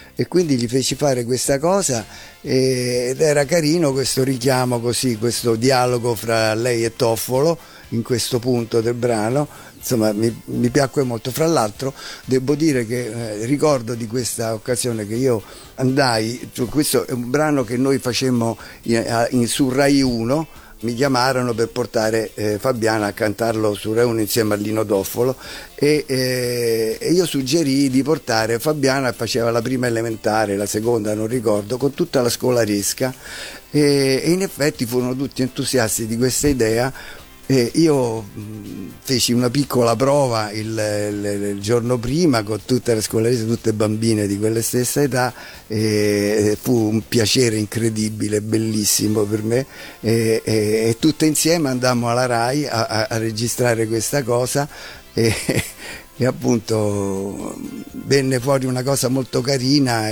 e quindi gli feci fare questa cosa ed era carino questo richiamo così, questo dialogo fra lei e Toffolo in questo punto del brano. Insomma, mi, mi piacque molto. Fra l'altro devo dire che eh, ricordo di questa occasione che io andai, cioè, questo è un brano che noi facemmo in, in, su Rai uno, mi chiamarono per portare eh, Fabiana a cantarlo su Rai uno insieme a Lino Toffolo e, eh, e io suggerii di portare Fabiana, faceva la prima elementare, la seconda non ricordo, con tutta la scolaresca e, e in effetti furono tutti entusiasti di questa idea. E io feci una piccola prova il, il, il giorno prima con tutte le scolarese, tutte bambine di quella stessa età, e fu un piacere incredibile, bellissimo per me e, e, e tutte insieme andammo alla Rai a, a, a registrare questa cosa e, e appunto venne fuori una cosa molto carina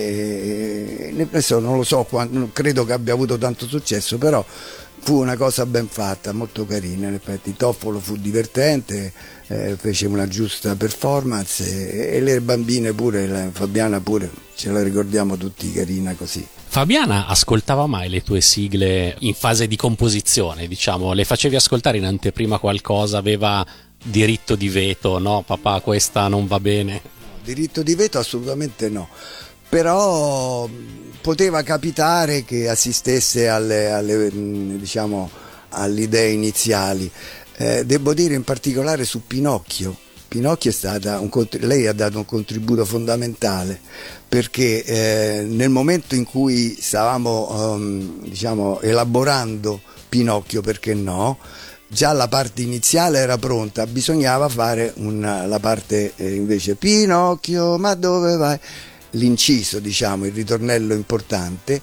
e, e adesso non lo so, non credo che abbia avuto tanto successo, però fu una cosa ben fatta, molto carina. In effetti Toffolo fu divertente, eh, fece una giusta performance e, e le bambine pure, la Fabiana pure, ce la ricordiamo tutti carina così. Fabiana ascoltava mai le tue sigle in fase di composizione, diciamo? Le facevi ascoltare in anteprima qualcosa, aveva diritto di veto, no papà questa non va bene? Diritto di veto assolutamente no, però poteva capitare che assistesse alle, alle, diciamo, alle idee iniziali. Eh, devo dire in particolare su Pinocchio. Pinocchio è stata un, lei ha dato un contributo fondamentale perché eh, nel momento in cui stavamo um, diciamo, elaborando Pinocchio, perché no, già la parte iniziale era pronta, bisognava fare una, la parte eh, invece Pinocchio, ma dove vai? L'inciso, diciamo, il ritornello importante,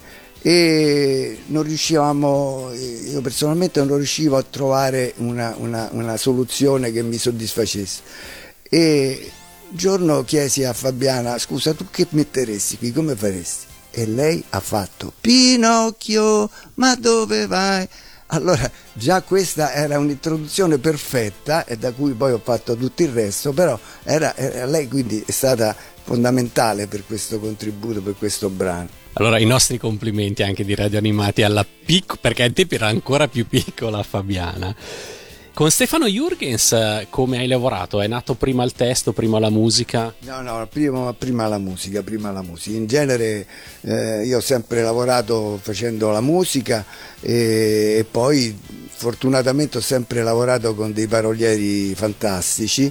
e non riuscivamo, io personalmente non riuscivo a trovare una, una, una soluzione che mi soddisfacesse. E un giorno chiesi a Fabiana: scusa, tu che metteresti qui, come faresti? E lei ha fatto Pinocchio, ma dove vai? Allora già questa era un'introduzione perfetta e da cui poi ho fatto tutto il resto, però era, era lei quindi è stata fondamentale per questo contributo, per questo brano. Allora i nostri complimenti anche di Radio Animati alla piccola, perché a tempi era ancora più piccola Fabiana. Con Stefano Jürgens come hai lavorato? È nato prima il testo, prima la musica? No, no, prima, prima la musica, prima la musica. In genere eh, io ho sempre lavorato facendo la musica e, e poi fortunatamente ho sempre lavorato con dei parolieri fantastici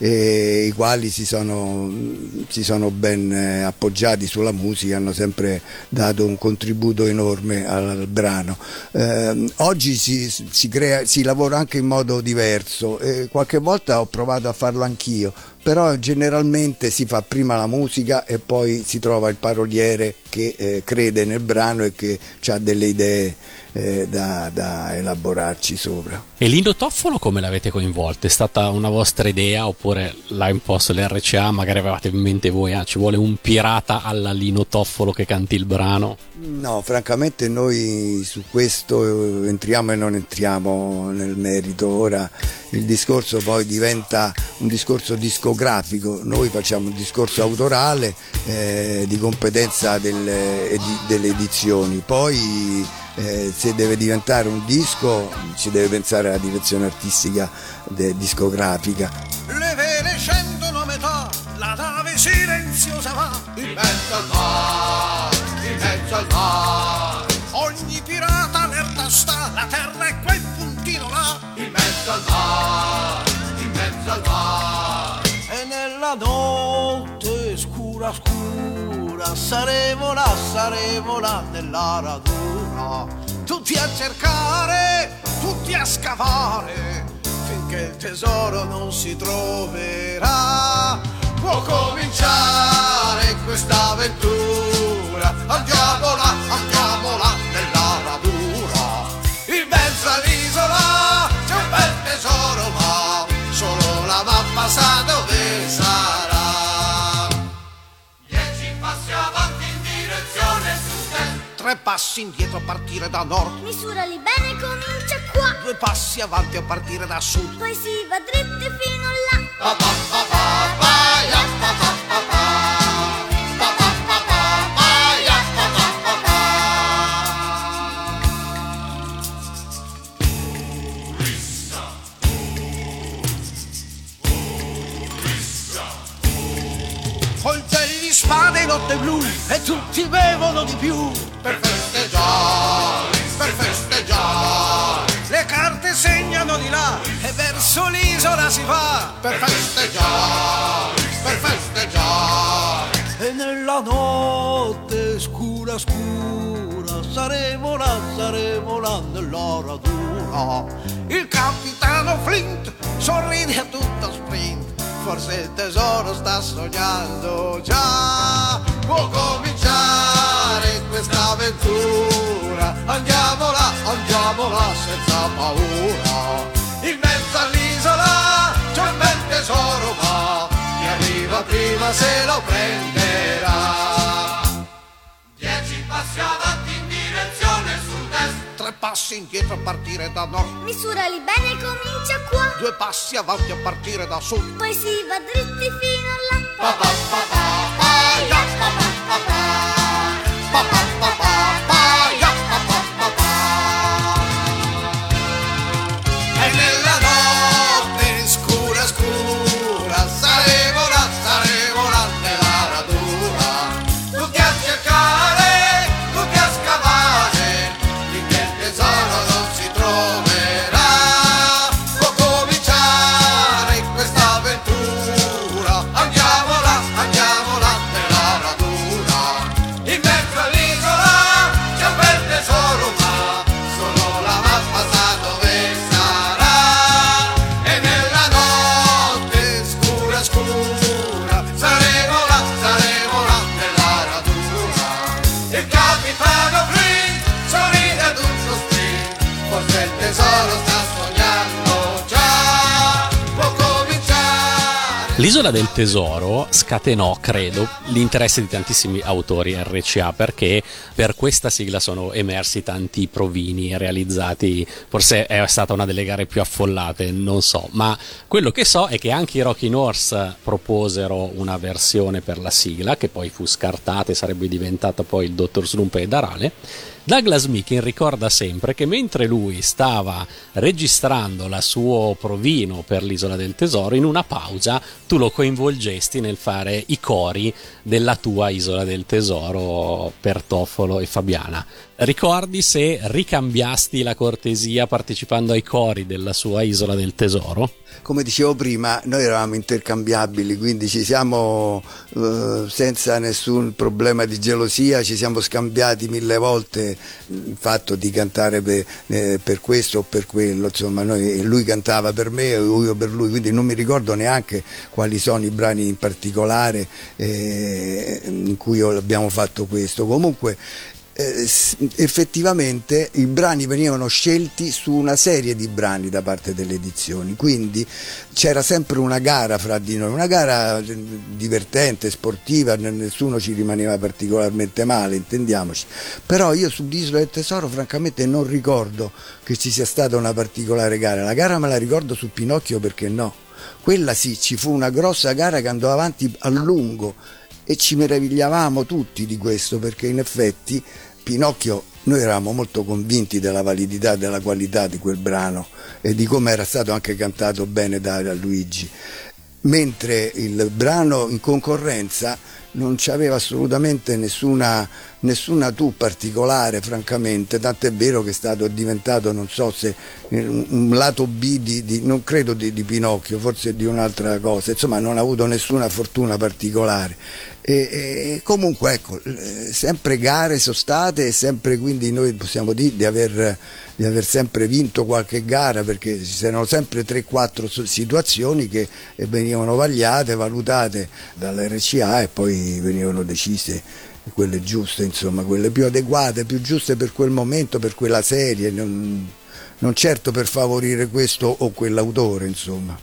e, i quali si sono, si sono ben appoggiati sulla musica, hanno sempre dato un contributo enorme al, al brano. Eh, oggi si, si, crea, si lavora anche in modo diverso e qualche volta ho provato a farlo anch'io, però generalmente si fa prima la musica e poi si trova il paroliere che eh, crede nel brano e che ha delle idee eh, da, da elaborarci sopra. E Lino Toffolo come l'avete coinvolto? È stata una vostra idea oppure l'ha imposto l'R C A? Magari avevate in mente voi, ah, ci vuole un pirata alla Lino Toffolo che canti il brano? No, francamente noi su questo entriamo e non entriamo nel merito. Ora il discorso poi diventa un discorso discografico, noi facciamo un discorso autorale eh, di competenza delle, edi, delle edizioni, poi eh, se deve diventare un disco si deve pensare alla direzione artistica de, discografica. Le vele scendono a metà, la nave silenziosa va in mezzo al mare, in mezzo al mare. Ogni pirata allerta sta, la terra è quel puntino là, in mezzo al mare, in mezzo al mare. E nella notte scura scura saremo là, saremo là nella raduna, tutti a cercare, tutti a scavare, finché il tesoro non si troverà. Può cominciare questa avventura, andiamo là, andiamo là nella radura. In mezzo all'isola c'è un bel tesoro, ma solo la mappa sa dove sarà. Dieci passi avanti in direzione sud, tre passi indietro a partire da nord, Misurali bene, comincia qua. due passi avanti a partire da sud. Poi si va dritti fino là. Pa pa pa pa pa, ya pa pa pa pa, pa pa pa pa, coltelli, spade e notte blu, e tutti bevono di più per festeggiare, per festeggiare. Le carte segnano di là e verso l'isola si va per festeggiare, per festeggiare. E nella notte scura scura saremo là, saremo là nella raduna. Il capitano Flint sorride a tutto sprint, forse il tesoro sta sognando già. Può cominciare questa avventura, andiamo là, andiamo là senza paura. In mezzo all'isola c'è un bel tesoro, ma chi arriva prima se lo prenderà. Dieci passi avanti in direzione sud-est, tre passi indietro a partire da nord, Misurali bene, comincia qua. due passi avanti a partire da sud. Poi si va dritti fino là. Pa pa pa pa pa ya pa pa pa pa pa pa pa pa pa ya pa pa pa pa. E nella notte scura scura saremo là, saremo là nella raduna. Tutti a cercare, tutti a scavare, finché il tesoro non si troverà. Può cominciare questa avventura, andiamo là, andiamo là nella raduna. In mezzo all'isola c'è un bel tesoro, ma solo la mappa sa dove sarà. E nella notte scura scura saremo là, saremo là nella raduna. Il capitano Flint sorride ad un sospiro, forse il tesoro sta sognando già. Può cominciare. L'isola del tesoro scatenò, credo, l'interesse di tantissimi autori R C A, perché per questa sigla sono emersi tanti provini realizzati. Forse è stata una delle gare più affollate, non so, ma quello che so è che anche i Rocking Horse proposero una versione per la sigla, che poi fu scartata e sarebbe diventata poi il Dottor Slump ed Arale. Douglas Meekin ricorda sempre che mentre lui stava registrando la suo provino per l'Isola del Tesoro, in una pausa tu lo coinvolgesti nel fare i cori della tua Isola del Tesoro per Toffolo e Fabiana. Ricordi se ricambiasti la cortesia partecipando ai cori della sua Isola del Tesoro? Come dicevo prima, noi eravamo intercambiabili, quindi ci siamo eh, senza nessun problema di gelosia, ci siamo scambiati mille volte il fatto di cantare per, eh, per questo o per quello, insomma noi, lui cantava per me e io per lui, quindi non mi ricordo neanche quali sono i brani in particolare eh, in cui abbiamo fatto questo. Comunque Eh, effettivamente i brani venivano scelti su una serie di brani da parte delle edizioni, quindi c'era sempre una gara fra di noi, una gara divertente, sportiva, nessuno ci rimaneva particolarmente male, intendiamoci. Però io sull'Isola del Tesoro francamente non ricordo che ci sia stata una particolare gara. La gara me la ricordo su Pinocchio, perché no, quella sì, ci fu una grossa gara che andò avanti a lungo e ci meravigliavamo tutti di questo, perché in effetti Pinocchio, noi eravamo molto convinti della validità e della qualità di quel brano e di come era stato anche cantato bene da, da Luigi, mentre il brano in concorrenza non c'aveva assolutamente nessuna, nessuna tu particolare, francamente, tant'è vero che è stato diventato, non so se un lato B di, di non credo di, di Pinocchio, forse di un'altra cosa, insomma non ha avuto nessuna fortuna particolare. E, e comunque ecco, sempre gare sono state e sempre, quindi noi possiamo dire di aver, di aver sempre vinto qualche gara, perché ci erano sempre tre quattro situazioni che venivano vagliate, valutate dall'R C A e poi venivano decise quelle giuste, insomma quelle più adeguate, più giuste per quel momento, per quella serie, non, non certo per favorire questo o quell'autore, insomma.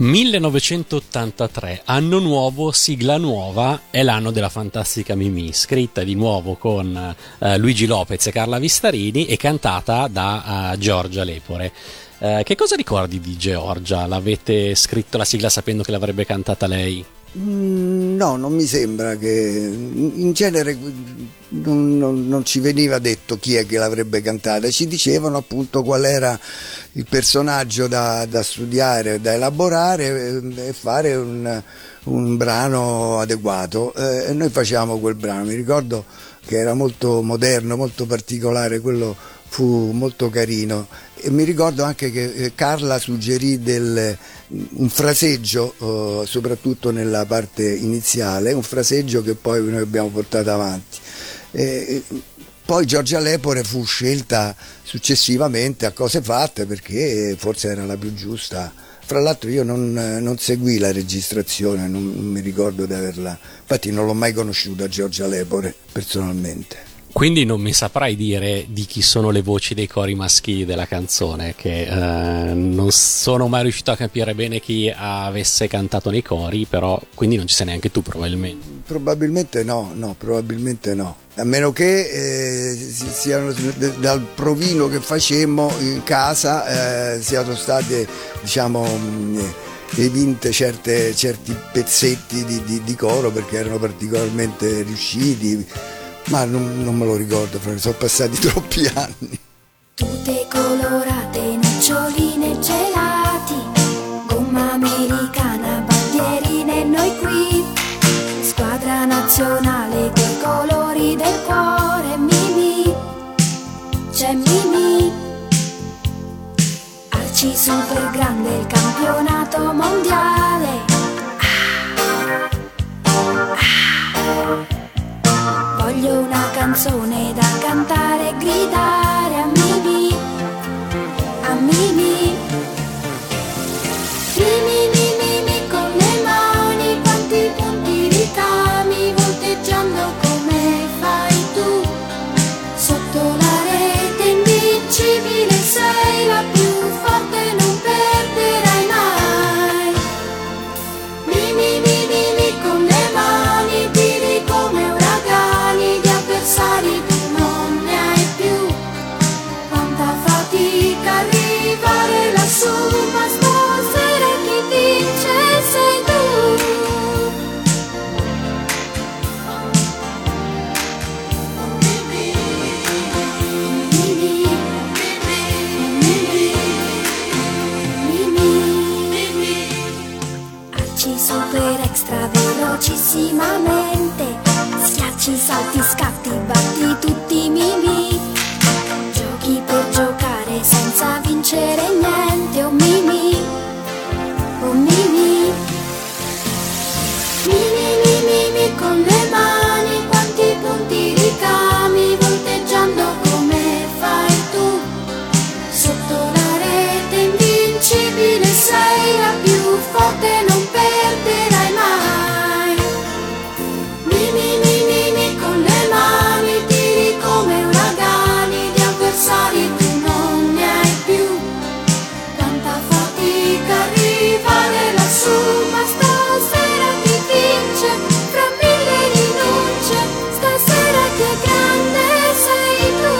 millenovecentottantatré, anno nuovo, sigla nuova, è l'anno della fantastica Mimì, scritta di nuovo con uh, Luigi Lopez e Carla Vistarini e cantata da uh, Giorgia Lepore. Uh, che cosa ricordi di Giorgia? L'avete scritto la sigla sapendo che l'avrebbe cantata lei? Mm, no, non mi sembra che in genere non, non, non ci veniva detto chi è che l'avrebbe cantata, ci dicevano appunto qual era il personaggio da, da studiare, da elaborare e fare un, un brano adeguato eh, e noi facciamo quel brano. Mi ricordo che era molto moderno, molto particolare, quello fu molto carino, e mi ricordo anche che Carla suggerì del, un fraseggio eh, soprattutto nella parte iniziale, un fraseggio che poi noi abbiamo portato avanti. E, poi Giorgia Lepore fu scelta successivamente a Cose Fatte perché forse era la più giusta. Fra l'altro io non, non seguì la registrazione, non, non mi ricordo di averla, infatti non l'ho mai conosciuta Giorgia Lepore personalmente. Quindi non mi saprai dire di chi sono le voci dei cori maschili della canzone, che eh, non sono mai riuscito a capire bene chi avesse cantato nei cori, però quindi non ci sei neanche tu probabilmente. Probabilmente no, no, probabilmente no. A meno che eh, siano dal provino che facemmo in casa eh, siano state, diciamo, evinte certe, certi pezzetti di, di, di coro perché erano particolarmente riusciti. Ma non, non me lo ricordo, sono passati troppi anni. Tutte colorate, noccioline, gelati, gomma americana, bandierine, noi qui, squadra nazionale, coi colori del cuore, Mimì, c'è Mimì, Arci super grande, il campionato mondiale. Ah, ah. Voglio una canzone da cantare e gridare a Mimì, a Mimì. Mimì, Mimì, Mimì, con le mani, quanti punti ricami, volteggiando come fai tu. Sotto la rete invincibile sei la più forte, non perderai mai. Mimì, Mimì, Mimì, con le mani tiri come uragani, di avversari tu non ne hai più. Quanta fatica arrivare lassù, ma stasera chi vince sei tu. Mimì, Mimì, Mimì, Mimì. Arci super extra velocissimamente, schiacci, salti, scatti, batti tutti Mimì. Giochi per giocare senza vincere niente, oh Mimì, oh Mimì. Mimì, Mimì, Mimì, con le mani, quanti punti ricami, volteggiando come fai tu. Sotto la rete invincibile sei la più forte, non perderai mai. Mimì, Mimì, Mimì, con le mani tiri come uragani, di avversari tu non ne hai più. Quanta fatica arrivare lassù, ma stasera chi vince, fra mille rinunce, stasera che grande sei tu.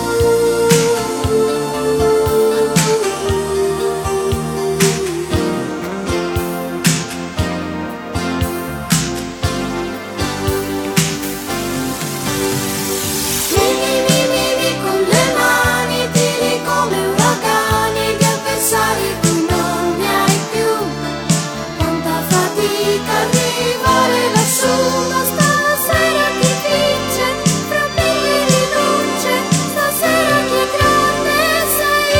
Mimì, Mimì, Mimì, con le mani tiri come uragani, di avversari tu non ne hai più. Quanta fatica arrivare lassù, ma stasera chi vince, fra mille rinunce, stasera che grande sei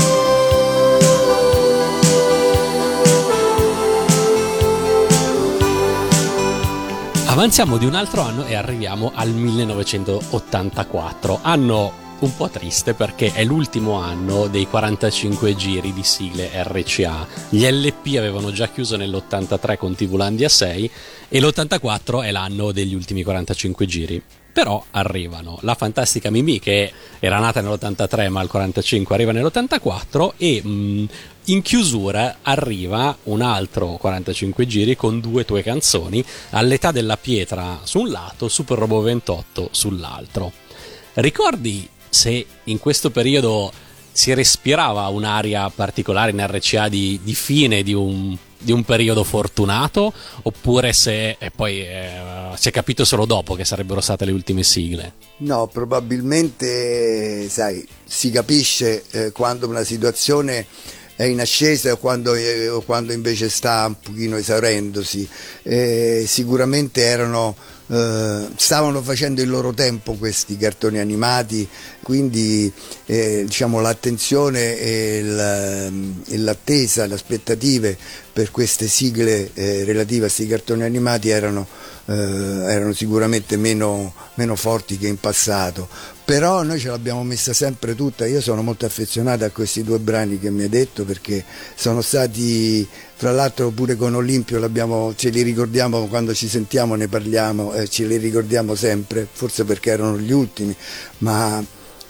tu. Avanziamo di un altro anno e arriviamo al millenovecentottantaquattro, anno un po' triste perché è l'ultimo anno dei quarantacinque giri di sigle R C A. Gli L P avevano già chiuso nell'ottantatré con Tvulandia sei e l'ottantaquattro è l'anno degli ultimi quarantacinque giri. Però arrivano la fantastica Mimì, che era nata nell'ottantatré ma al quarantacinque arriva nell'ottantaquattro, e mh, in chiusura arriva un altro quarantacinque giri con due tue canzoni, All'età della pietra su un lato, Super Robot ventotto sull'altro. Ricordi se in questo periodo si respirava un'aria particolare in R C A di, di fine di un, di un periodo fortunato, oppure se e poi eh, si è capito solo dopo che sarebbero state le ultime sigle? No, probabilmente, sai, si capisce eh, quando una situazione è in ascesa o quando, eh, o quando invece sta un pochino esaurendosi. Eh, sicuramente erano, eh, stavano facendo il loro tempo questi cartoni animati, quindi eh, diciamo, l'attenzione e, il, e l'attesa, le aspettative per queste sigle eh, relative a questi cartoni animati erano, eh, erano sicuramente meno, meno forti che in passato, però noi ce l'abbiamo messa sempre tutta. Io sono molto affezionato a questi due brani che mi hai detto, perché sono stati, fra l'altro pure con Olimpio l'abbiamo, ce li ricordiamo quando ci sentiamo, ne parliamo, eh, ce li ricordiamo sempre, forse perché erano gli ultimi, ma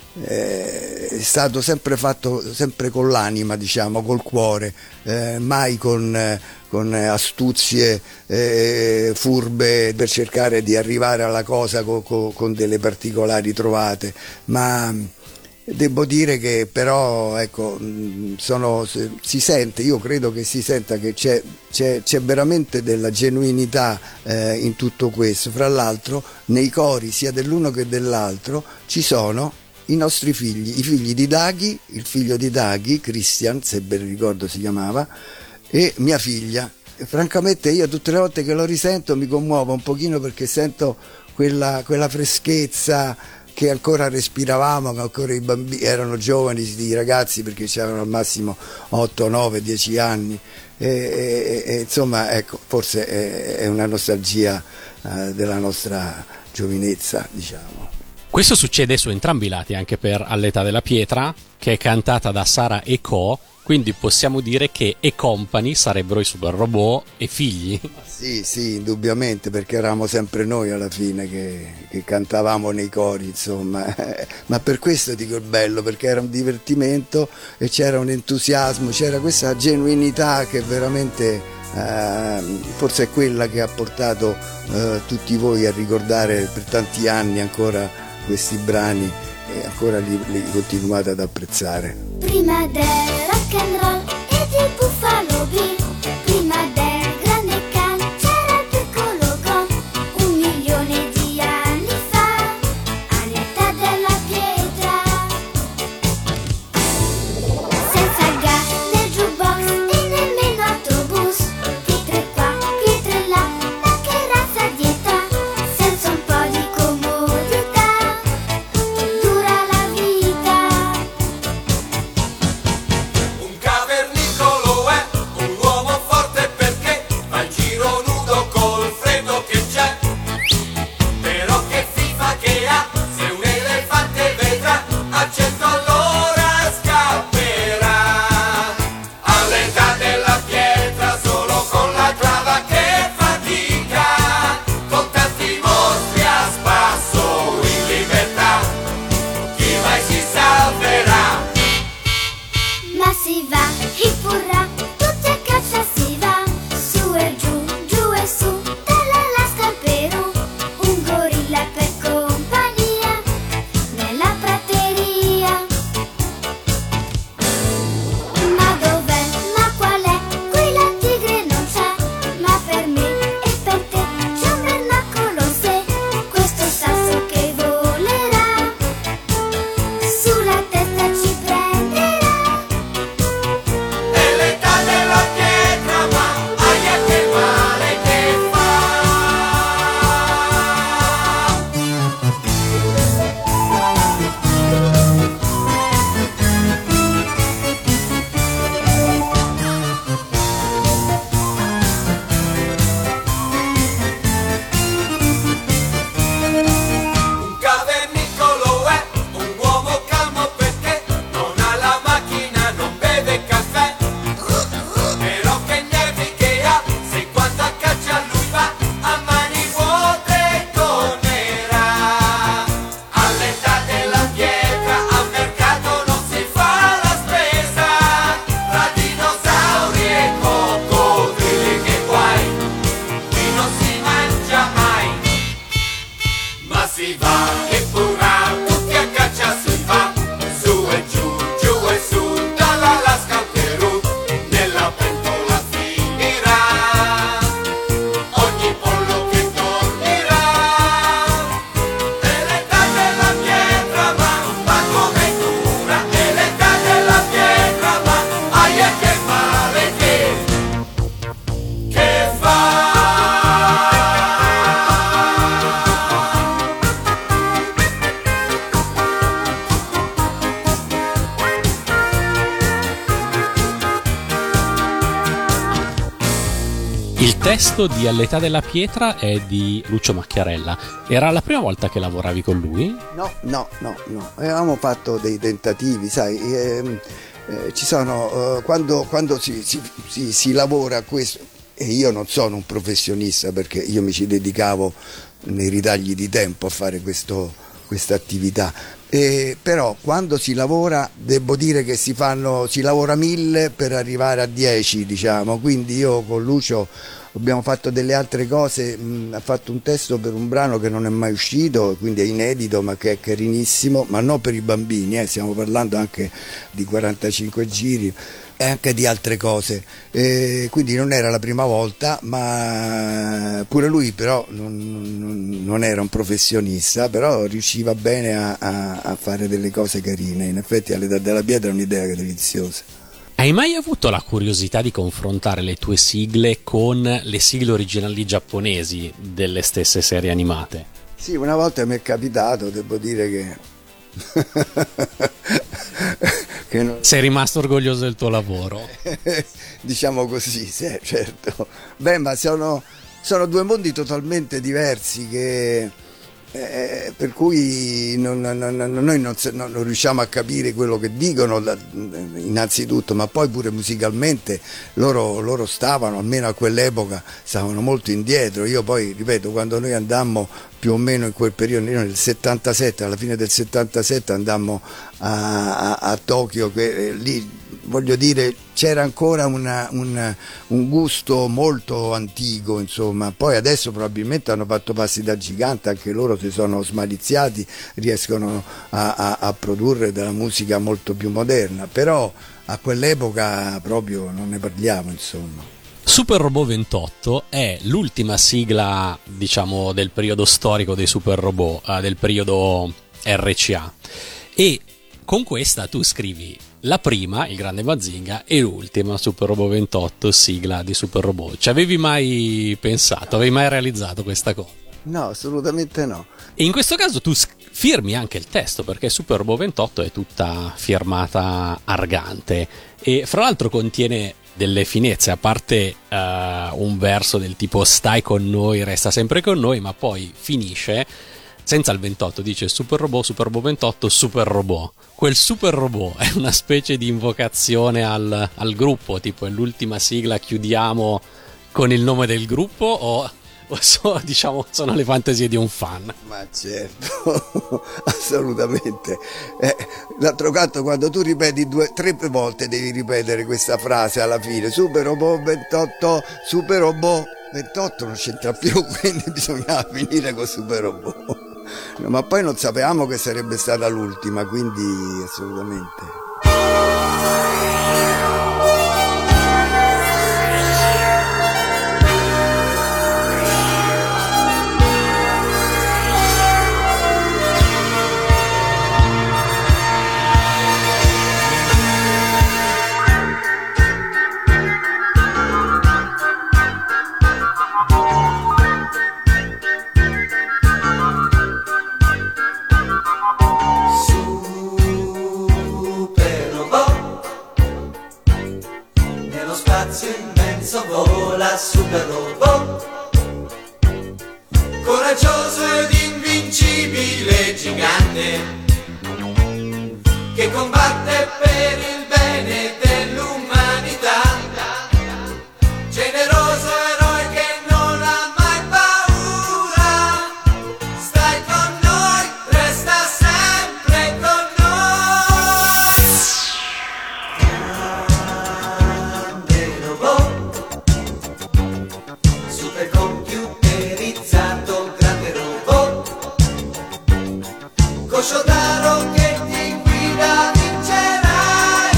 eh, è stato sempre fatto sempre con l'anima, diciamo, col cuore, eh, mai con, eh, con astuzie eh, furbe per cercare di arrivare alla cosa co, co, con delle particolari trovate, ma devo dire che però ecco, sono, si sente, io credo che si senta che c'è, c'è, c'è veramente della genuinità eh, in tutto questo. Fra l'altro nei cori sia dell'uno che dell'altro ci sono i nostri figli, i figli di Daghi, il figlio di Daghi, Christian, se ben ricordo si chiamava, e mia figlia. E francamente io tutte le volte che lo risento mi commuovo un pochino, perché sento quella, quella freschezza che ancora respiravamo, che ancora i bambini erano giovani, i ragazzi, perché avevano al massimo otto, nove, dieci anni, e, e, e insomma ecco, forse è, è una nostalgia eh, della nostra giovinezza, diciamo. Questo succede su entrambi i lati, anche per All'età della pietra, che è cantata da Sara e Co, quindi possiamo dire che e Company sarebbero i Super Robot e figli. Sì, sì, indubbiamente, perché eravamo sempre noi alla fine che, che cantavamo nei cori, insomma, ma per questo dico il bello, perché era un divertimento e c'era un entusiasmo, c'era questa genuinità che veramente eh, forse è quella che ha portato eh, tutti voi a ricordare per tanti anni ancora questi brani, e ancora li, li continuate ad apprezzare. Prima del rock and roll e di Buffalo Bill, prima del grande can c'era il piccolo Gon, un milione di anni fa, all'età della pietra. Senza gas né jukebox e nemmeno autobus, pietre qua, pietre là, ma che razza di età, senza un po' di comodità, dura la vita. Un cavernicolo è un uomo forte perché fa il giro nudo col freddo che c'è. Però che FIFA che ha, se un elefante vedrà, a cento all'ora scapperà. All'età della pietra solo con la clava che fatica, con tanti mostri a spasso in libertà, chi mai si salverà? Ma si va, hip hurra, tutti a caccia si va, su e giù, giù e su, dall'Alaska al Perù, un gorilla per compagnia, nella prateria. Ma dov'è, ma qual è, qui la tigre non c'è, ma per me e per te c'è un vernacolo se, questo sasso che volerà, sulla testa ci prenderà. È l'età della pietra, ma aia che male che fa. Un cavernicolo è un uomo calmo perché non ha la macchina, non beve caffè. Però che nervi che ha, se quando a caccia lui va, a mani vuote tornerà. All'età della pietra, al mercato non si fa la spesa, tra dinosauri e coccodrilli che guai, qui non si mangia mai. Ma si va e pura, tutti a caccia si va, su e giù, giù e su, dall'Alaska al Perù, nella pentola finirà, ogni pollo che dormirà. È l'età della pietra, ma, ma come dura, è l'età della pietra, ma, aia che testo di All'età della pietra è di Lucio Macchiarella. Era la prima volta che lavoravi con lui? No, no, no, no. Avevamo fatto dei tentativi, sai, ehm, eh, ci sono, eh, quando, quando si, si, si, si lavora a questo, e io non sono un professionista perché io mi ci dedicavo nei ritagli di tempo a fare questo, questa attività. Eh, però quando si lavora devo dire che si fanno si lavora mille per arrivare a dieci, diciamo, quindi io con Lucio abbiamo fatto delle altre cose, mh, ha fatto un testo per un brano che non è mai uscito, quindi è inedito ma che è carinissimo, ma non per i bambini, eh, stiamo parlando anche di quarantacinque giri e anche di altre cose, eh, quindi non era la prima volta, ma pure lui però non, non, non era un professionista, però riusciva bene a, a, a fare delle cose carine. In effetti All'età della pietra è un'idea deliziosa. Hai mai avuto la curiosità di confrontare le tue sigle con le sigle originali giapponesi delle stesse serie animate? Sì, una volta mi è capitato, devo dire che... che non... Sei rimasto orgoglioso del tuo lavoro? Diciamo così, sì, certo. Beh, ma sono, sono due mondi totalmente diversi che... Eh, per cui non, non, non, noi non, non riusciamo a capire quello che dicono innanzitutto, ma poi pure musicalmente loro, loro stavano, almeno a quell'epoca, stavano molto indietro. Io poi, ripeto, quando noi andammo più o meno in quel periodo, nel settantasette, alla fine del settantasette andammo a, a, a Tokyo, che eh, lì voglio dire c'era ancora una, una, un gusto molto antico, insomma. Poi adesso probabilmente hanno fatto passi da gigante, anche loro si sono smaliziati, riescono a, a, a produrre della musica molto più moderna, però a quell'epoca proprio non ne parliamo, insomma. Super Robot ventotto è l'ultima sigla, diciamo, del periodo storico dei Super Robot, eh, del periodo R C A, e con questa tu scrivi la prima, il grande Mazinga, e l'ultima, Super Robot ventotto, sigla di Super Robot. Ci avevi mai pensato, avevi mai realizzato questa cosa? No, assolutamente no. E in questo caso tu firmi anche il testo, perché Super Robot ventotto è tutta firmata Argante e fra l'altro contiene delle finezze, a parte uh, un verso del tipo stai con noi, resta sempre con noi, ma poi finisce senza il ventotto, dice Super Robot, Super Robot ventotto, Super Robot. Quel Super Robot è una specie di invocazione al, al gruppo, tipo è l'ultima sigla, chiudiamo con il nome del gruppo, o, o so, diciamo sono le fantasie di un fan? Ma certo, assolutamente. Eh, d'altro canto, quando tu ripeti due, tre volte devi ripetere questa frase alla fine, Super Robot ventotto, Super Robot ventotto non c'entra più, quindi bisognava finire con Super Robot. No, ma poi non sapevamo che sarebbe stata l'ultima, quindi assolutamente. Vola Super Robot, coraggioso ed invincibile gigante, che combatte per il bene dell'umanità, generoso eroe che non ha mai paura, stai con noi, resta sempre con noi. Grande robot, supercomputerizzato, grande robot, Koshodaro che ti guida, vincerai.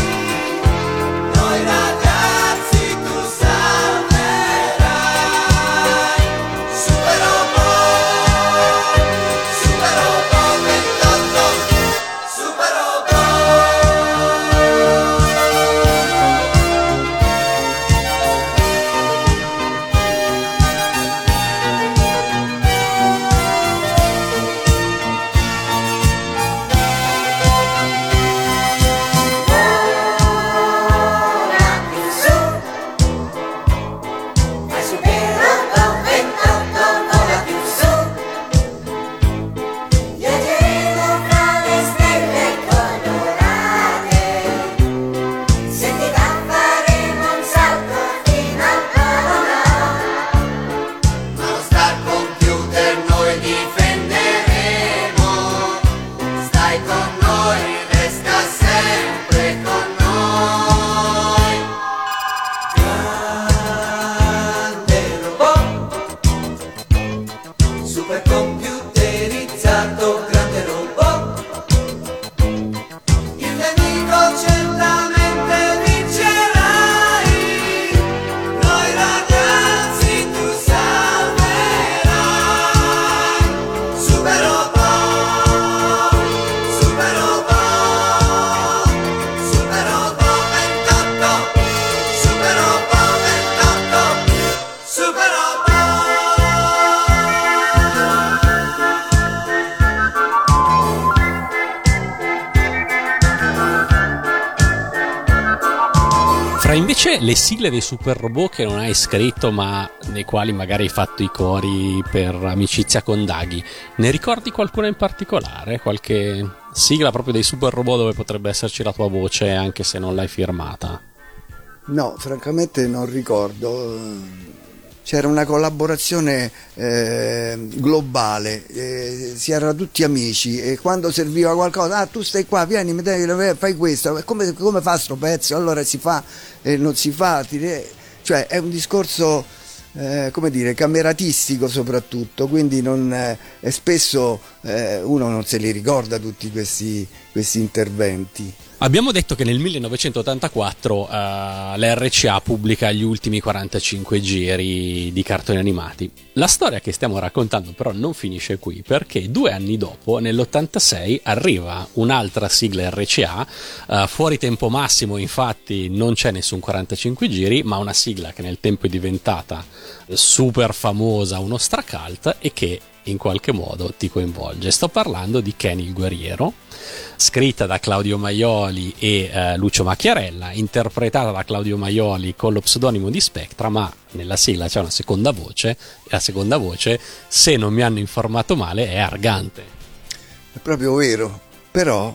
Fra invece le sigle dei super robot che non hai scritto ma nei quali magari hai fatto i cori per amicizia con Daghi, ne ricordi qualcuna in particolare? Qualche sigla proprio dei super robot dove potrebbe esserci la tua voce anche se non l'hai firmata? No, francamente non ricordo. C'era una collaborazione eh, globale, eh, si erano tutti amici e quando serviva qualcosa, ah tu stai qua, vieni, mi dai, fai questo, come, come fa sto pezzo? Allora si fa e eh, non si fa, ti, cioè è un discorso eh, come dire, cameratistico soprattutto, quindi non, eh, e spesso eh, uno non se li ricorda tutti questi, questi interventi. Abbiamo detto che nel millenovecentottantaquattro uh, l'R C A pubblica gli ultimi quarantacinque giri di cartoni animati. La storia che stiamo raccontando però non finisce qui, perché due anni dopo, nell'ottantasei, arriva un'altra sigla R C A, uh, fuori tempo massimo infatti non c'è nessun quarantacinque giri, ma una sigla che nel tempo è diventata super famosa, uno stracult, e che in qualche modo ti coinvolge. Sto parlando di Ken il guerriero, scritta da Claudio Maioli e eh, Lucio Macchiarella, interpretata da Claudio Maioli con lo pseudonimo di Spectra, ma nella sigla c'è una seconda voce, e la seconda voce, se non mi hanno informato male, è Argante. È proprio vero, però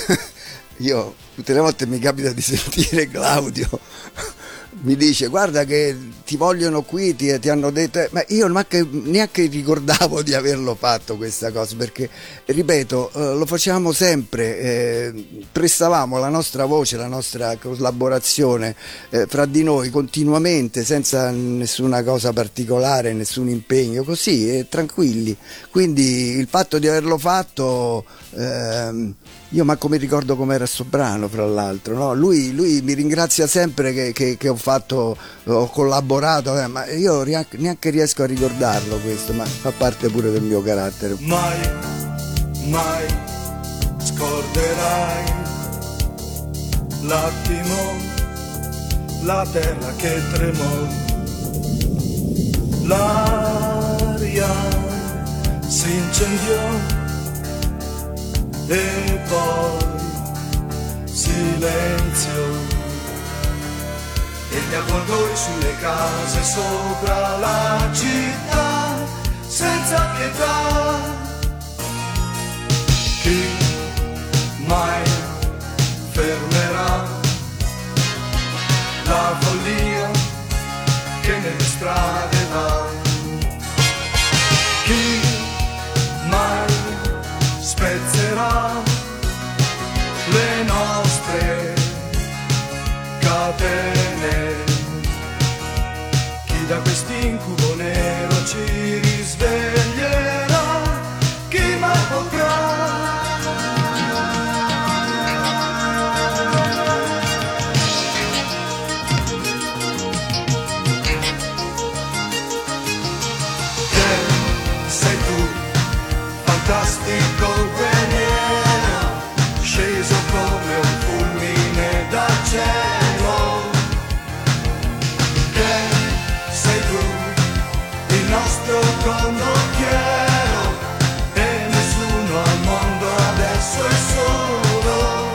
io tutte le volte mi capita di sentire Claudio mi dice guarda che ti vogliono qui, ti, ti hanno detto, ma io neanche, neanche ricordavo di averlo fatto questa cosa, perché ripeto eh, lo facevamo sempre, eh, prestavamo la nostra voce, la nostra collaborazione eh, fra di noi continuamente, senza nessuna cosa particolare, nessun impegno, così eh, tranquilli, quindi il fatto di averlo fatto eh, io manco mi ricordo com'era sto brano, fra l'altro, no? lui, lui mi ringrazia sempre che, che, che ho fatto, ho collaborato, eh, ma io neanche, neanche riesco a ricordarlo questo, ma fa parte pure del mio carattere. Mai, mai scorderai l'attimo, la terra che tremò, l'aria si incendiò e poi silenzio e gli avvoltoi sulle case sopra la città senza pietà. Chi mai fermerà la follia che nelle strade va? Chi mai spezzerà le nostre catene? Chi da quest'incubo nero ci risveglierà? Chi mai potrà? Che sei tu, fantastico guerriero, sceso come un fulmine dal cielo. Che sei tu, il nostro condottiero, e nessuno al mondo adesso è solo.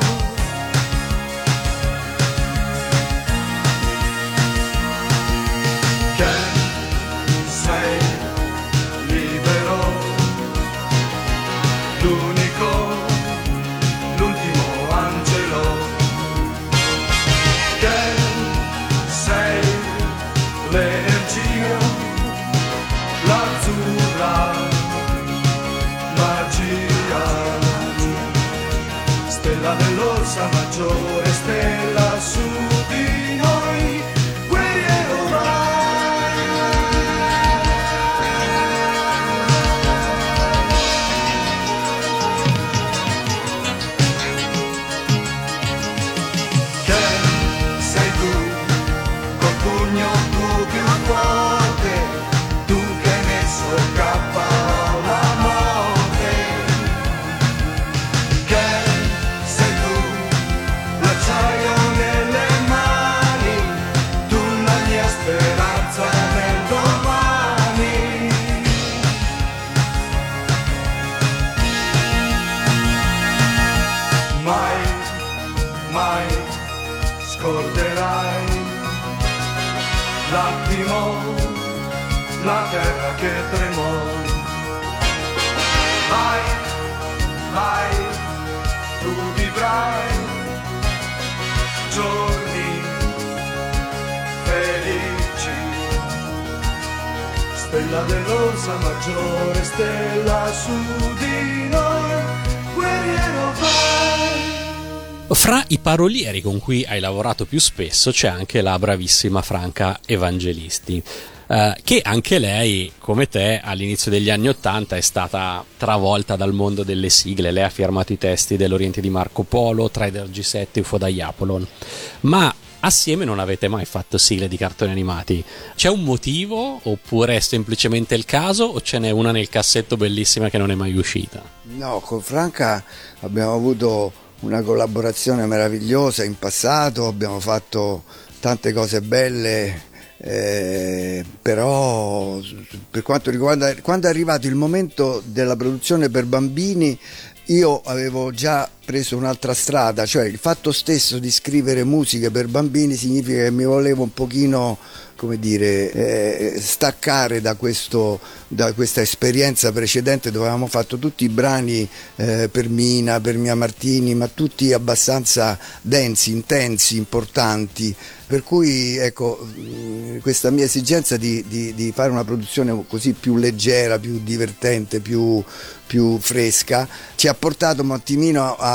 Che sei libero, l'unico, l'ultimo angelo. Che sei l'energia, l'azzurra magia, stella dell'Orsa Maggiore, stella su di noi, guerriero vai. Che sei tu, col pugno tu più forte, tu che hai messo cappa alla morte. Che sei tu, la attimo la terra che tremò. Vai, vai, tu vivrai giorni felici. Stella dell'Orsa Maggiore, stella su di noi, guerriero vai. Fra i parolieri con cui hai lavorato più spesso c'è anche la bravissima Franca Evangelisti, eh, che anche lei, come te, all'inizio degli anni Ottanta è stata travolta dal mondo delle sigle. Lei ha firmato i testi dell'Oriente di Marco Polo, Trader G sette, U F O Diapolon, ma assieme non avete mai fatto sigle di cartoni animati. C'è un motivo, oppure è semplicemente il caso, o ce n'è una nel cassetto bellissima che non è mai uscita? No, con Franca abbiamo avuto una collaborazione meravigliosa in passato, abbiamo fatto tante cose belle, eh, però per quanto riguarda, quando è arrivato il momento della produzione per bambini, io avevo già preso un'altra strada, cioè il fatto stesso di scrivere musiche per bambini significa che mi volevo un pochino, come dire, eh, staccare da, questo, da questa esperienza precedente dove avevamo fatto tutti i brani eh, per Mina, per Mia Martini, ma tutti abbastanza densi, intensi, importanti, per cui ecco, questa mia esigenza di, di, di fare una produzione così più leggera, più divertente, più, più fresca, ci ha portato un attimino a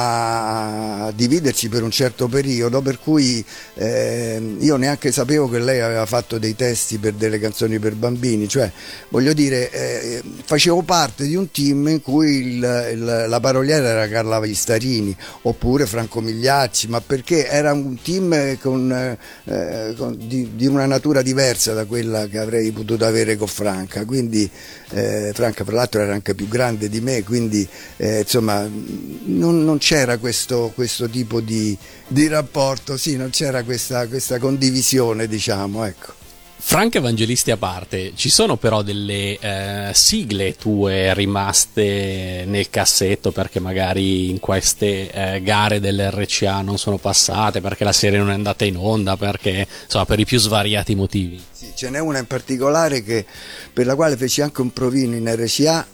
a dividerci per un certo periodo, per cui eh, io neanche sapevo che lei aveva fatto dei testi per delle canzoni per bambini, cioè voglio dire, eh, facevo parte di un team in cui il, il, la paroliera era Carla Vistarini oppure Franco Migliacci, ma perché era un team con, eh, con, di, di una natura diversa da quella che avrei potuto avere con Franca, quindi eh, Franca tra l'altro era anche più grande di me, quindi eh, insomma non, non c'era questo, questo tipo di, di rapporto, sì, non c'era questa, questa condivisione, diciamo, ecco. Franca Evangelisti a parte, ci sono però delle eh, sigle tue rimaste nel cassetto perché magari in queste eh, gare dell'R C A non sono passate, perché la serie non è andata in onda, perché insomma per i più svariati motivi? Sì, ce n'è una in particolare che, per la quale feci anche un provino in R C A,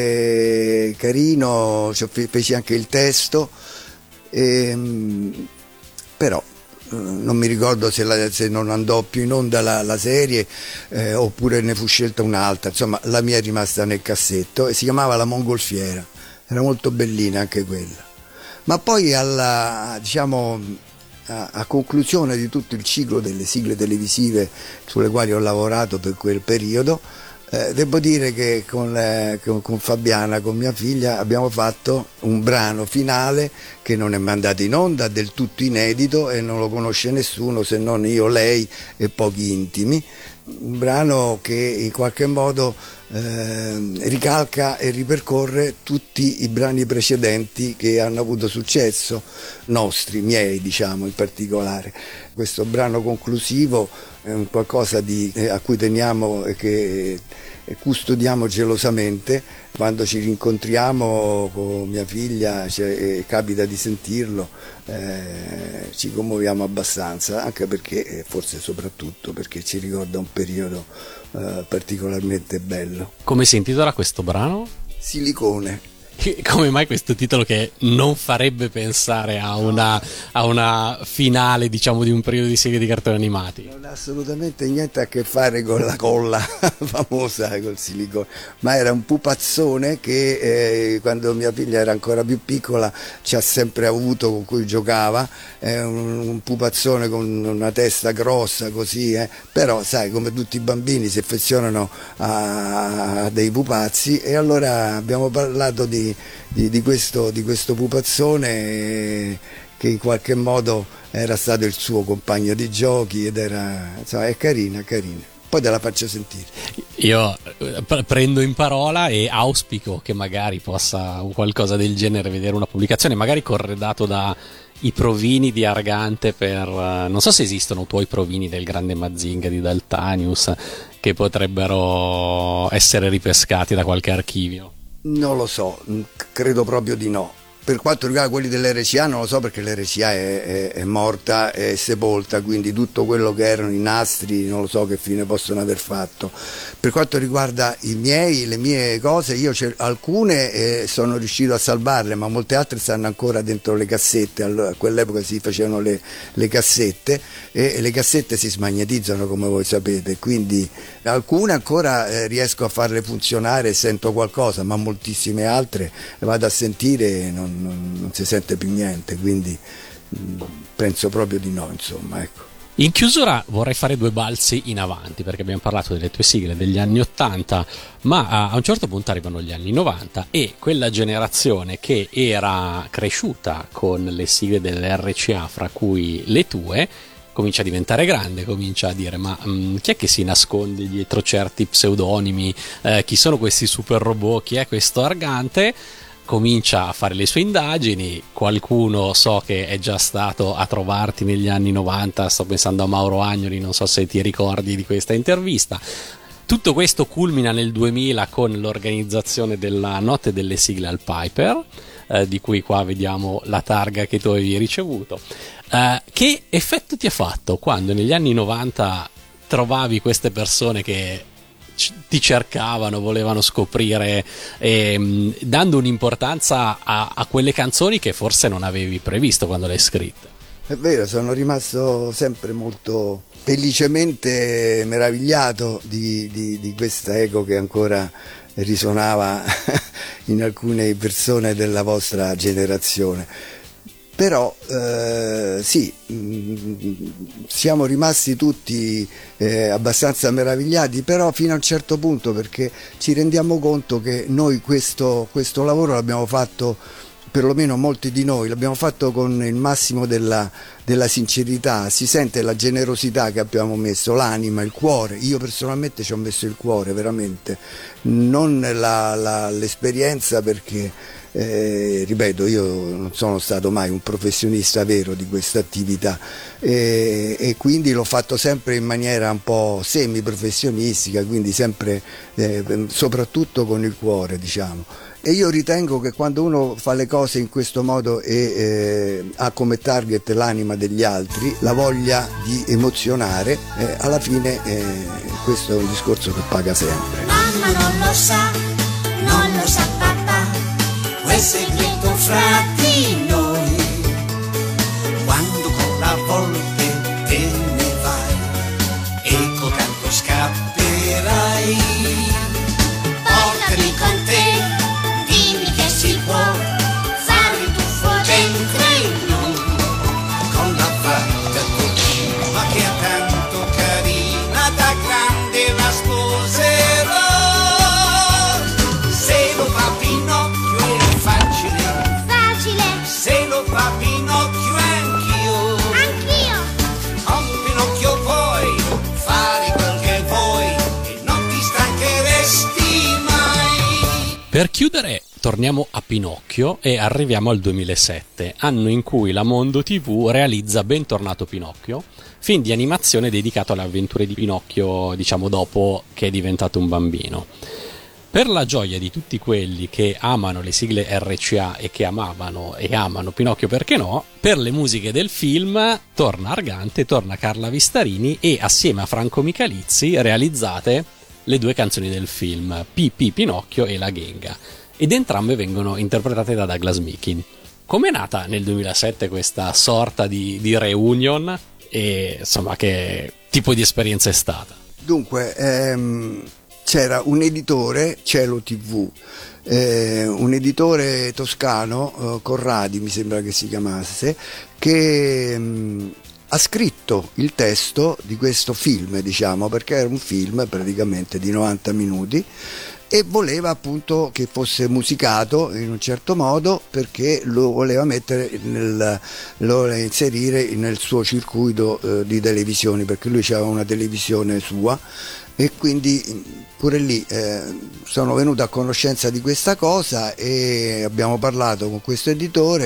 eh, carino, cioè, feci anche il testo, eh, però non mi ricordo se, la, se non andò più in onda la, la serie eh, oppure ne fu scelta un'altra, insomma la mia è rimasta nel cassetto e si chiamava La Mongolfiera, era molto bellina anche quella. Ma poi alla, diciamo, a, a conclusione di tutto il ciclo delle sigle televisive sulle quali ho lavorato per quel periodo, Eh, devo dire che con, eh, con, con Fabiana, con mia figlia, abbiamo fatto un brano finale che non è mai andato in onda, del tutto inedito e non lo conosce nessuno se non io, lei e pochi intimi. Un brano che in qualche modo eh, ricalca e ripercorre tutti i brani precedenti che hanno avuto successo, nostri, miei diciamo in particolare. Questo brano conclusivo è un qualcosa di, eh, a cui teniamo e che custodiamo gelosamente. Quando ci rincontriamo con mia figlia, cioè, e capita di sentirlo, eh, ci commuoviamo abbastanza, anche perché, eh, forse soprattutto perché ci ricorda un periodo eh, particolarmente bello. Come si intitola questo brano? Silicone. Come mai questo titolo che non farebbe pensare a una, a una finale, diciamo, di un periodo di serie di cartoni animati? Non ha assolutamente niente a che fare con la colla famosa, col silicone, ma era un pupazzone che eh, quando mia figlia era ancora più piccola ci ha sempre avuto, con cui giocava, è un, un pupazzone con una testa grossa così, eh. Però sai, come tutti i bambini si affezionano a, a dei pupazzi, e allora abbiamo parlato di Di, di, questo, di questo pupazzone eh, che in qualche modo era stato il suo compagno di giochi ed era, insomma, è carina, carina. Poi te la faccio sentire. Io eh, prendo in parola e auspico che magari possa qualcosa del genere vedere una pubblicazione, magari corredato da i provini di Argante per, uh, non so se esistono tuoi provini del Grande Mazinga di Daltanius che potrebbero essere ripescati da qualche archivio. Non lo so, credo proprio di no. Per quanto riguarda quelli dell'R C A non lo so, perché l'R C A è, è, è morta, è sepolta, quindi tutto quello che erano i nastri non lo so che fine possono aver fatto. Per quanto riguarda i miei, le mie cose, io alcune eh, sono riuscito a salvarle, ma molte altre stanno ancora dentro le cassette. Allora, a quell'epoca si facevano le, le cassette e le cassette si smagnetizzano, come voi sapete, quindi alcune ancora eh, riesco a farle funzionare e sento qualcosa, ma moltissime altre vado a sentire e non Non, non si sente più niente, quindi mh, penso proprio di no, insomma, ecco. In chiusura vorrei fare due balzi in avanti, perché abbiamo parlato delle tue sigle degli anni ottanta, ma a, a un certo punto arrivano gli anni novanta e quella generazione che era cresciuta con le sigle dell'R C A, fra cui le tue, comincia a diventare grande, comincia a dire ma mh, chi è che si nasconde dietro certi pseudonimi, eh, chi sono questi super robot, chi è questo Argante? Comincia a fare le sue indagini, qualcuno so che è già stato a trovarti negli anni novanta, sto pensando a Mauro Agnoli, non so se ti ricordi di questa intervista. Tutto questo culmina nel duemila con l'organizzazione della Notte delle Sigle al Piper, eh, di cui qua vediamo la targa che tu avevi ricevuto. Eh, che effetto ti ha fatto quando negli anni novanta trovavi queste persone che ti cercavano, volevano scoprire, ehm, dando un'importanza a, a quelle canzoni che forse non avevi previsto quando le hai scritte? È vero, sono rimasto sempre molto felicemente meravigliato di, di, di questa eco che ancora risuonava in alcune persone della vostra generazione. Però eh, sì, mh, siamo rimasti tutti eh, abbastanza meravigliati, però fino a un certo punto, perché ci rendiamo conto che noi questo, questo lavoro l'abbiamo fatto, perlomeno molti di noi, l'abbiamo fatto con il massimo della, della sincerità, si sente la generosità che abbiamo messo, l'anima, il cuore. Io personalmente ci ho messo il cuore, veramente, non la, la, l'esperienza, perché Eh, ripeto, io non sono stato mai un professionista vero di questa attività e, e quindi l'ho fatto sempre in maniera un po' semi-professionistica, quindi sempre eh, soprattutto con il cuore, diciamo. E io ritengo che quando uno fa le cose in questo modo e eh, ha come target l'anima degli altri, la voglia di emozionare, eh, alla fine eh, questo è un discorso che paga sempre. Mamma non lo sa, non lo sa papà, quel segreto fra di noi. Quando con la volpe te ne vai e con tanto scapperai, portami con te, dimmi che si può fare il tuffo dentro il blu, con la fatta tua, ma che è tanto carina, da grande la sposerò. Se lo fa Pinocchio è facile, Facile, se lo fa Pinocchio anch'io, anch'io. con Pinocchio puoi fare quel che vuoi e non ti stancheresti mai. Per chiudere torniamo a Pinocchio e arriviamo al duemilasette, anno in cui la Mondo tivù realizza Bentornato Pinocchio, film di animazione dedicato alle avventure di Pinocchio, diciamo dopo che è diventato un bambino. Per la gioia di tutti quelli che amano le sigle R C A e che amavano e amano Pinocchio, perché no, per le musiche del film torna Argante, torna Carla Vistarini e assieme a Franco Michalizzi realizzate le due canzoni del film, Pipì Pinocchio e La Ghenga, ed entrambe vengono interpretate da Douglas Meekin. Com'è nata nel duemilasette questa sorta di, di reunion e insomma che tipo di esperienza è stata? Dunque, ehm, c'era un editore, Cielo tivù, eh, un editore toscano, eh, Corradi mi sembra che si chiamasse, che mh, ha scritto il testo di questo film, diciamo, perché era un film praticamente di novanta minuti e voleva appunto che fosse musicato in un certo modo, perché lo voleva mettere nel, lo voleva inserire nel suo circuito eh, di televisioni, perché lui aveva una televisione sua e quindi pure lì eh, sono venuto a conoscenza di questa cosa e abbiamo parlato con questo editore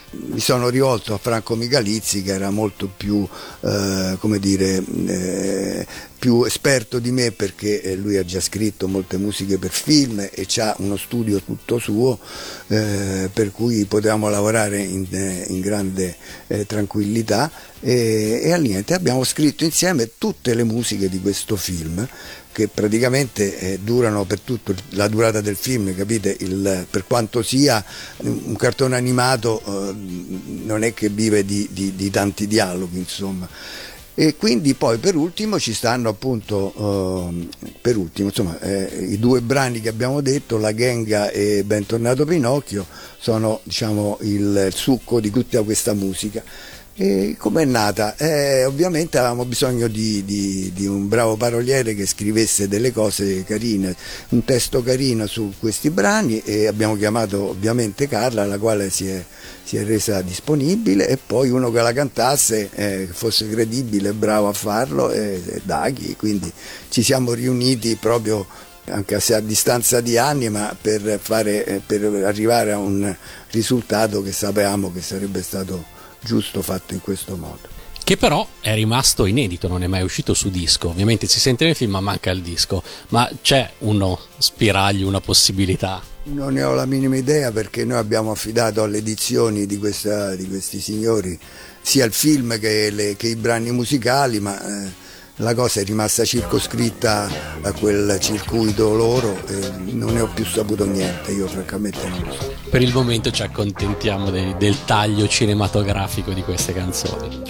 mi sono rivolto a Franco Michalizzi, che era molto più, eh, come dire, eh, più esperto di me, perché lui ha già scritto molte musiche per film e ha uno studio tutto suo, eh, per cui potevamo lavorare in, in grande eh, tranquillità e, e al niente abbiamo scritto insieme tutte le musiche di questo film, che praticamente eh, durano per tutta la durata del film, capite? Il, per quanto sia un cartone animato, eh, non è che vive di, di, di tanti dialoghi, insomma. E quindi poi per ultimo ci stanno appunto, eh, per ultimo, insomma, eh, i due brani che abbiamo detto, La Genga e Bentornato Pinocchio, sono, diciamo, il, il succo di tutta questa musica. E com'è nata? Eh, ovviamente avevamo bisogno di, di, di un bravo paroliere che scrivesse delle cose carine, un testo carino su questi brani, e abbiamo chiamato ovviamente Carla, la quale si è, si è resa disponibile, e poi uno che la cantasse, eh, che fosse credibile, bravo a farlo, e, e Daghi. Quindi ci siamo riuniti proprio, anche se a distanza di anni, ma per, fare, per arrivare a un risultato che sapevamo che sarebbe stato giusto fatto in questo modo. Che però è rimasto inedito, non è mai uscito su disco. Ovviamente si sente nel film, ma manca il disco. Ma c'è uno spiraglio, una possibilità? Non ne ho la minima idea, perché noi abbiamo affidato alle edizioni di, questa, di questi signori sia il film che, le, che i brani musicali, ma eh, la cosa è rimasta circoscritta a quel circuito loro e non ne ho più saputo niente, io francamente non lo so. Per il momento ci accontentiamo de- del taglio cinematografico di queste canzoni.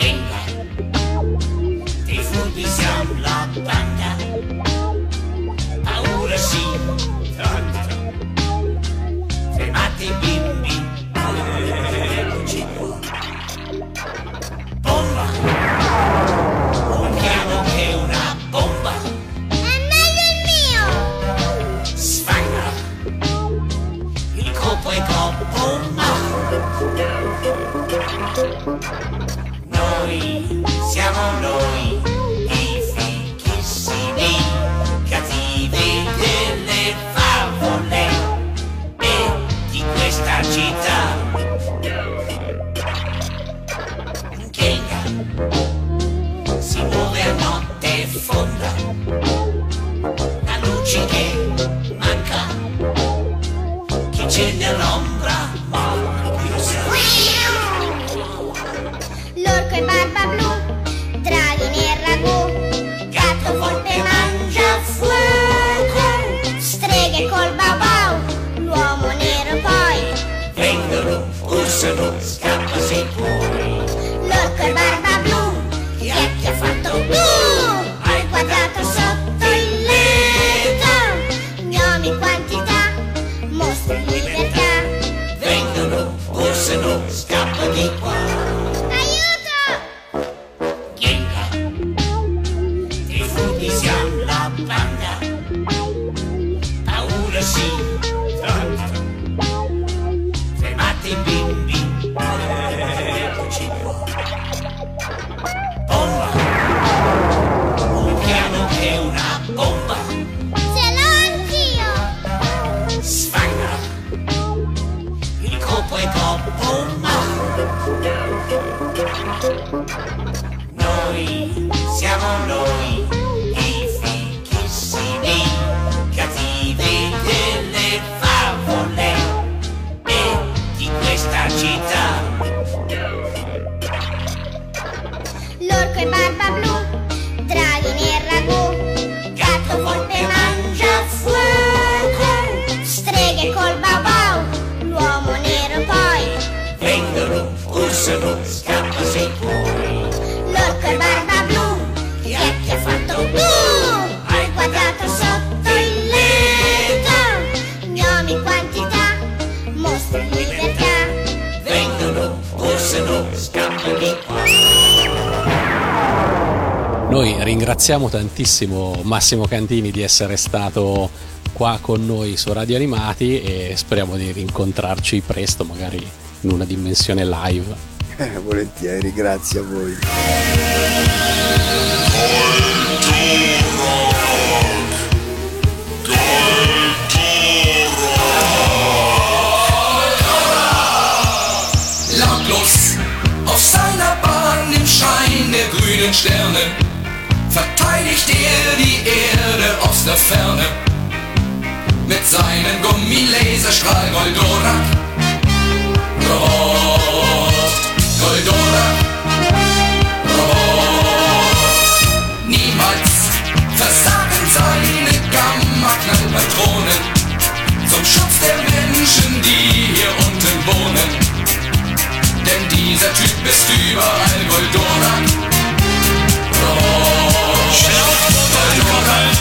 Dei furbi siamo la banda, paura sì, tanto, fermate i bimbi, eccoci qua, bomba, un piano che è una bomba, È meglio il mio! sfanga, il colpo è colpo ma noi siamo noi, i fichissimi, cattivi delle favole e di questa città. Genga si muove a notte fonda, la luce che manca, chi c'è nell'ombra ma lo sa. L'orco e barba blu, draghi nel ragù, Gatto volpe mangia fuoco, streghe col bau bau, l'uomo nero poi. vengono, usano, scappa se puoi. L'orco e barba blu, Chi è che ha fatto tu hai guardato sotto il letto, gnomi quantità, mostri in libertà. vengono, usano, scappa di qua. Aiuto! Genga, i furbi siamo la banda, paura sì, tanto, fermate i bimbi, eccoci qua. Bomba, un piano che è una bomba, Ce l'ho anch'io! sfanga, il colpo è colpo ma noi siamo noi, i fichissimi, cattivi delle favole e di questa città. L'orco e barba blu, draghi nel ragù, Gatto volpe mangia fuoco, streghe col bau bau, l'uomo nero poi. vengono, usano, scappa se puoi. L'orco e barba blu, Chi è che ha fatto tu hai guardato sotto il letto, gnomi quantità, mostri in libertà. vengono, usano, scappa di qua. Noi ringraziamo tantissimo Massimo Cantini di essere stato qua con noi su Radio Animati e speriamo di rincontrarci presto, magari in una dimensione live. Eh, volentieri, grazie a voi. La heiligen Sterne verteidigt er die Erde aus der Ferne. Mit seinem Gummilaserstrahl Goldorak, Robot, Goldorak, Robot. Niemals versagen seine Gamma-Knallpatronen zum Schutz der Menschen, die hier unten wohnen. Denn dieser Typ ist überall Goldorak, Robot, Goldorak.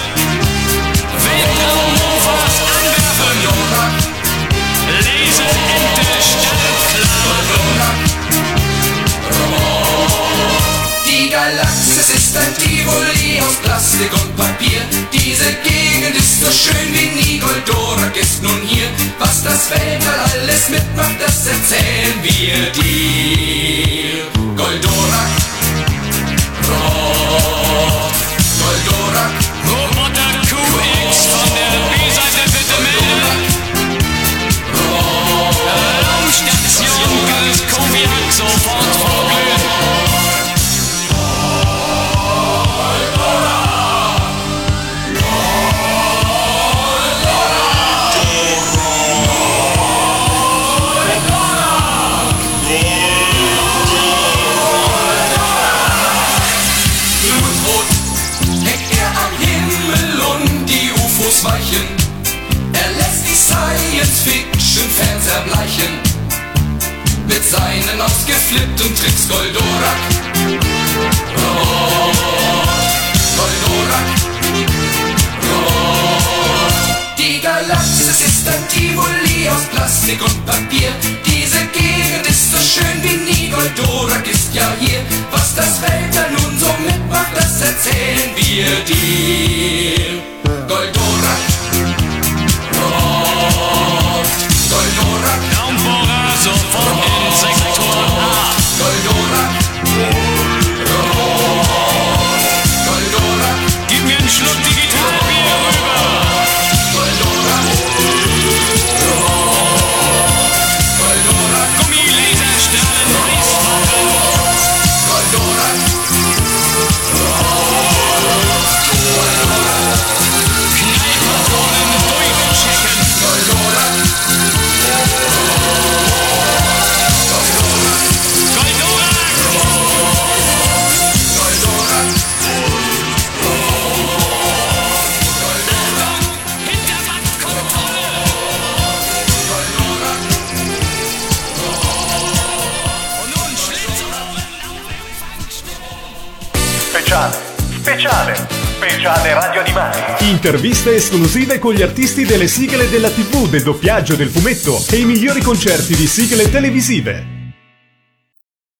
Die Galaxis ist ein Tivoli aus Plastik und Papier. Diese Gegend ist so schön wie nie. Goldorak ist nun hier. Was das Weltall alles mitmacht, das erzählen wir dir. Goldorak, Robot, Goldorak, Roboter Q X von der B-Seite bitte melden. Raumstation Koviak sofort vorglühen. Er lässt die Science-Fiction-Fans erbleichen mit seinen ausgeflippten Tricks. Goldorak, Robot, Goldorak, Robot. Die Galaxis ist ein Tivoli aus Plastik und Papier. Diese Gegend ist so schön wie nie. Goldorak ist ja hier. Was das Weltall nun so mitmacht, das erzählen wir dir. Goldorak, Robot, Goldorak, Raumbohrer sofort in Sektor A. Goldorak, Robot, Goldorak, gib mir einen Schluck Digitalbier rüber. Goldorak, Robot, Goldorak, Gummilaserstrahlen heiß machen. Goldorak, Robot, Goldorak. Knallpatronen durchchecken. Goldorak. Goldorak. Goldorak. Achtung, Hinterwandkontrolle. Goldorak. Und nun Schlitzohren auf Empfangsstelle. Speciale, speciale, speciale radio animati. Interviste esclusive con gli artisti delle sigle della tivù, del doppiaggio, del fumetto e i migliori concerti di sigle televisive.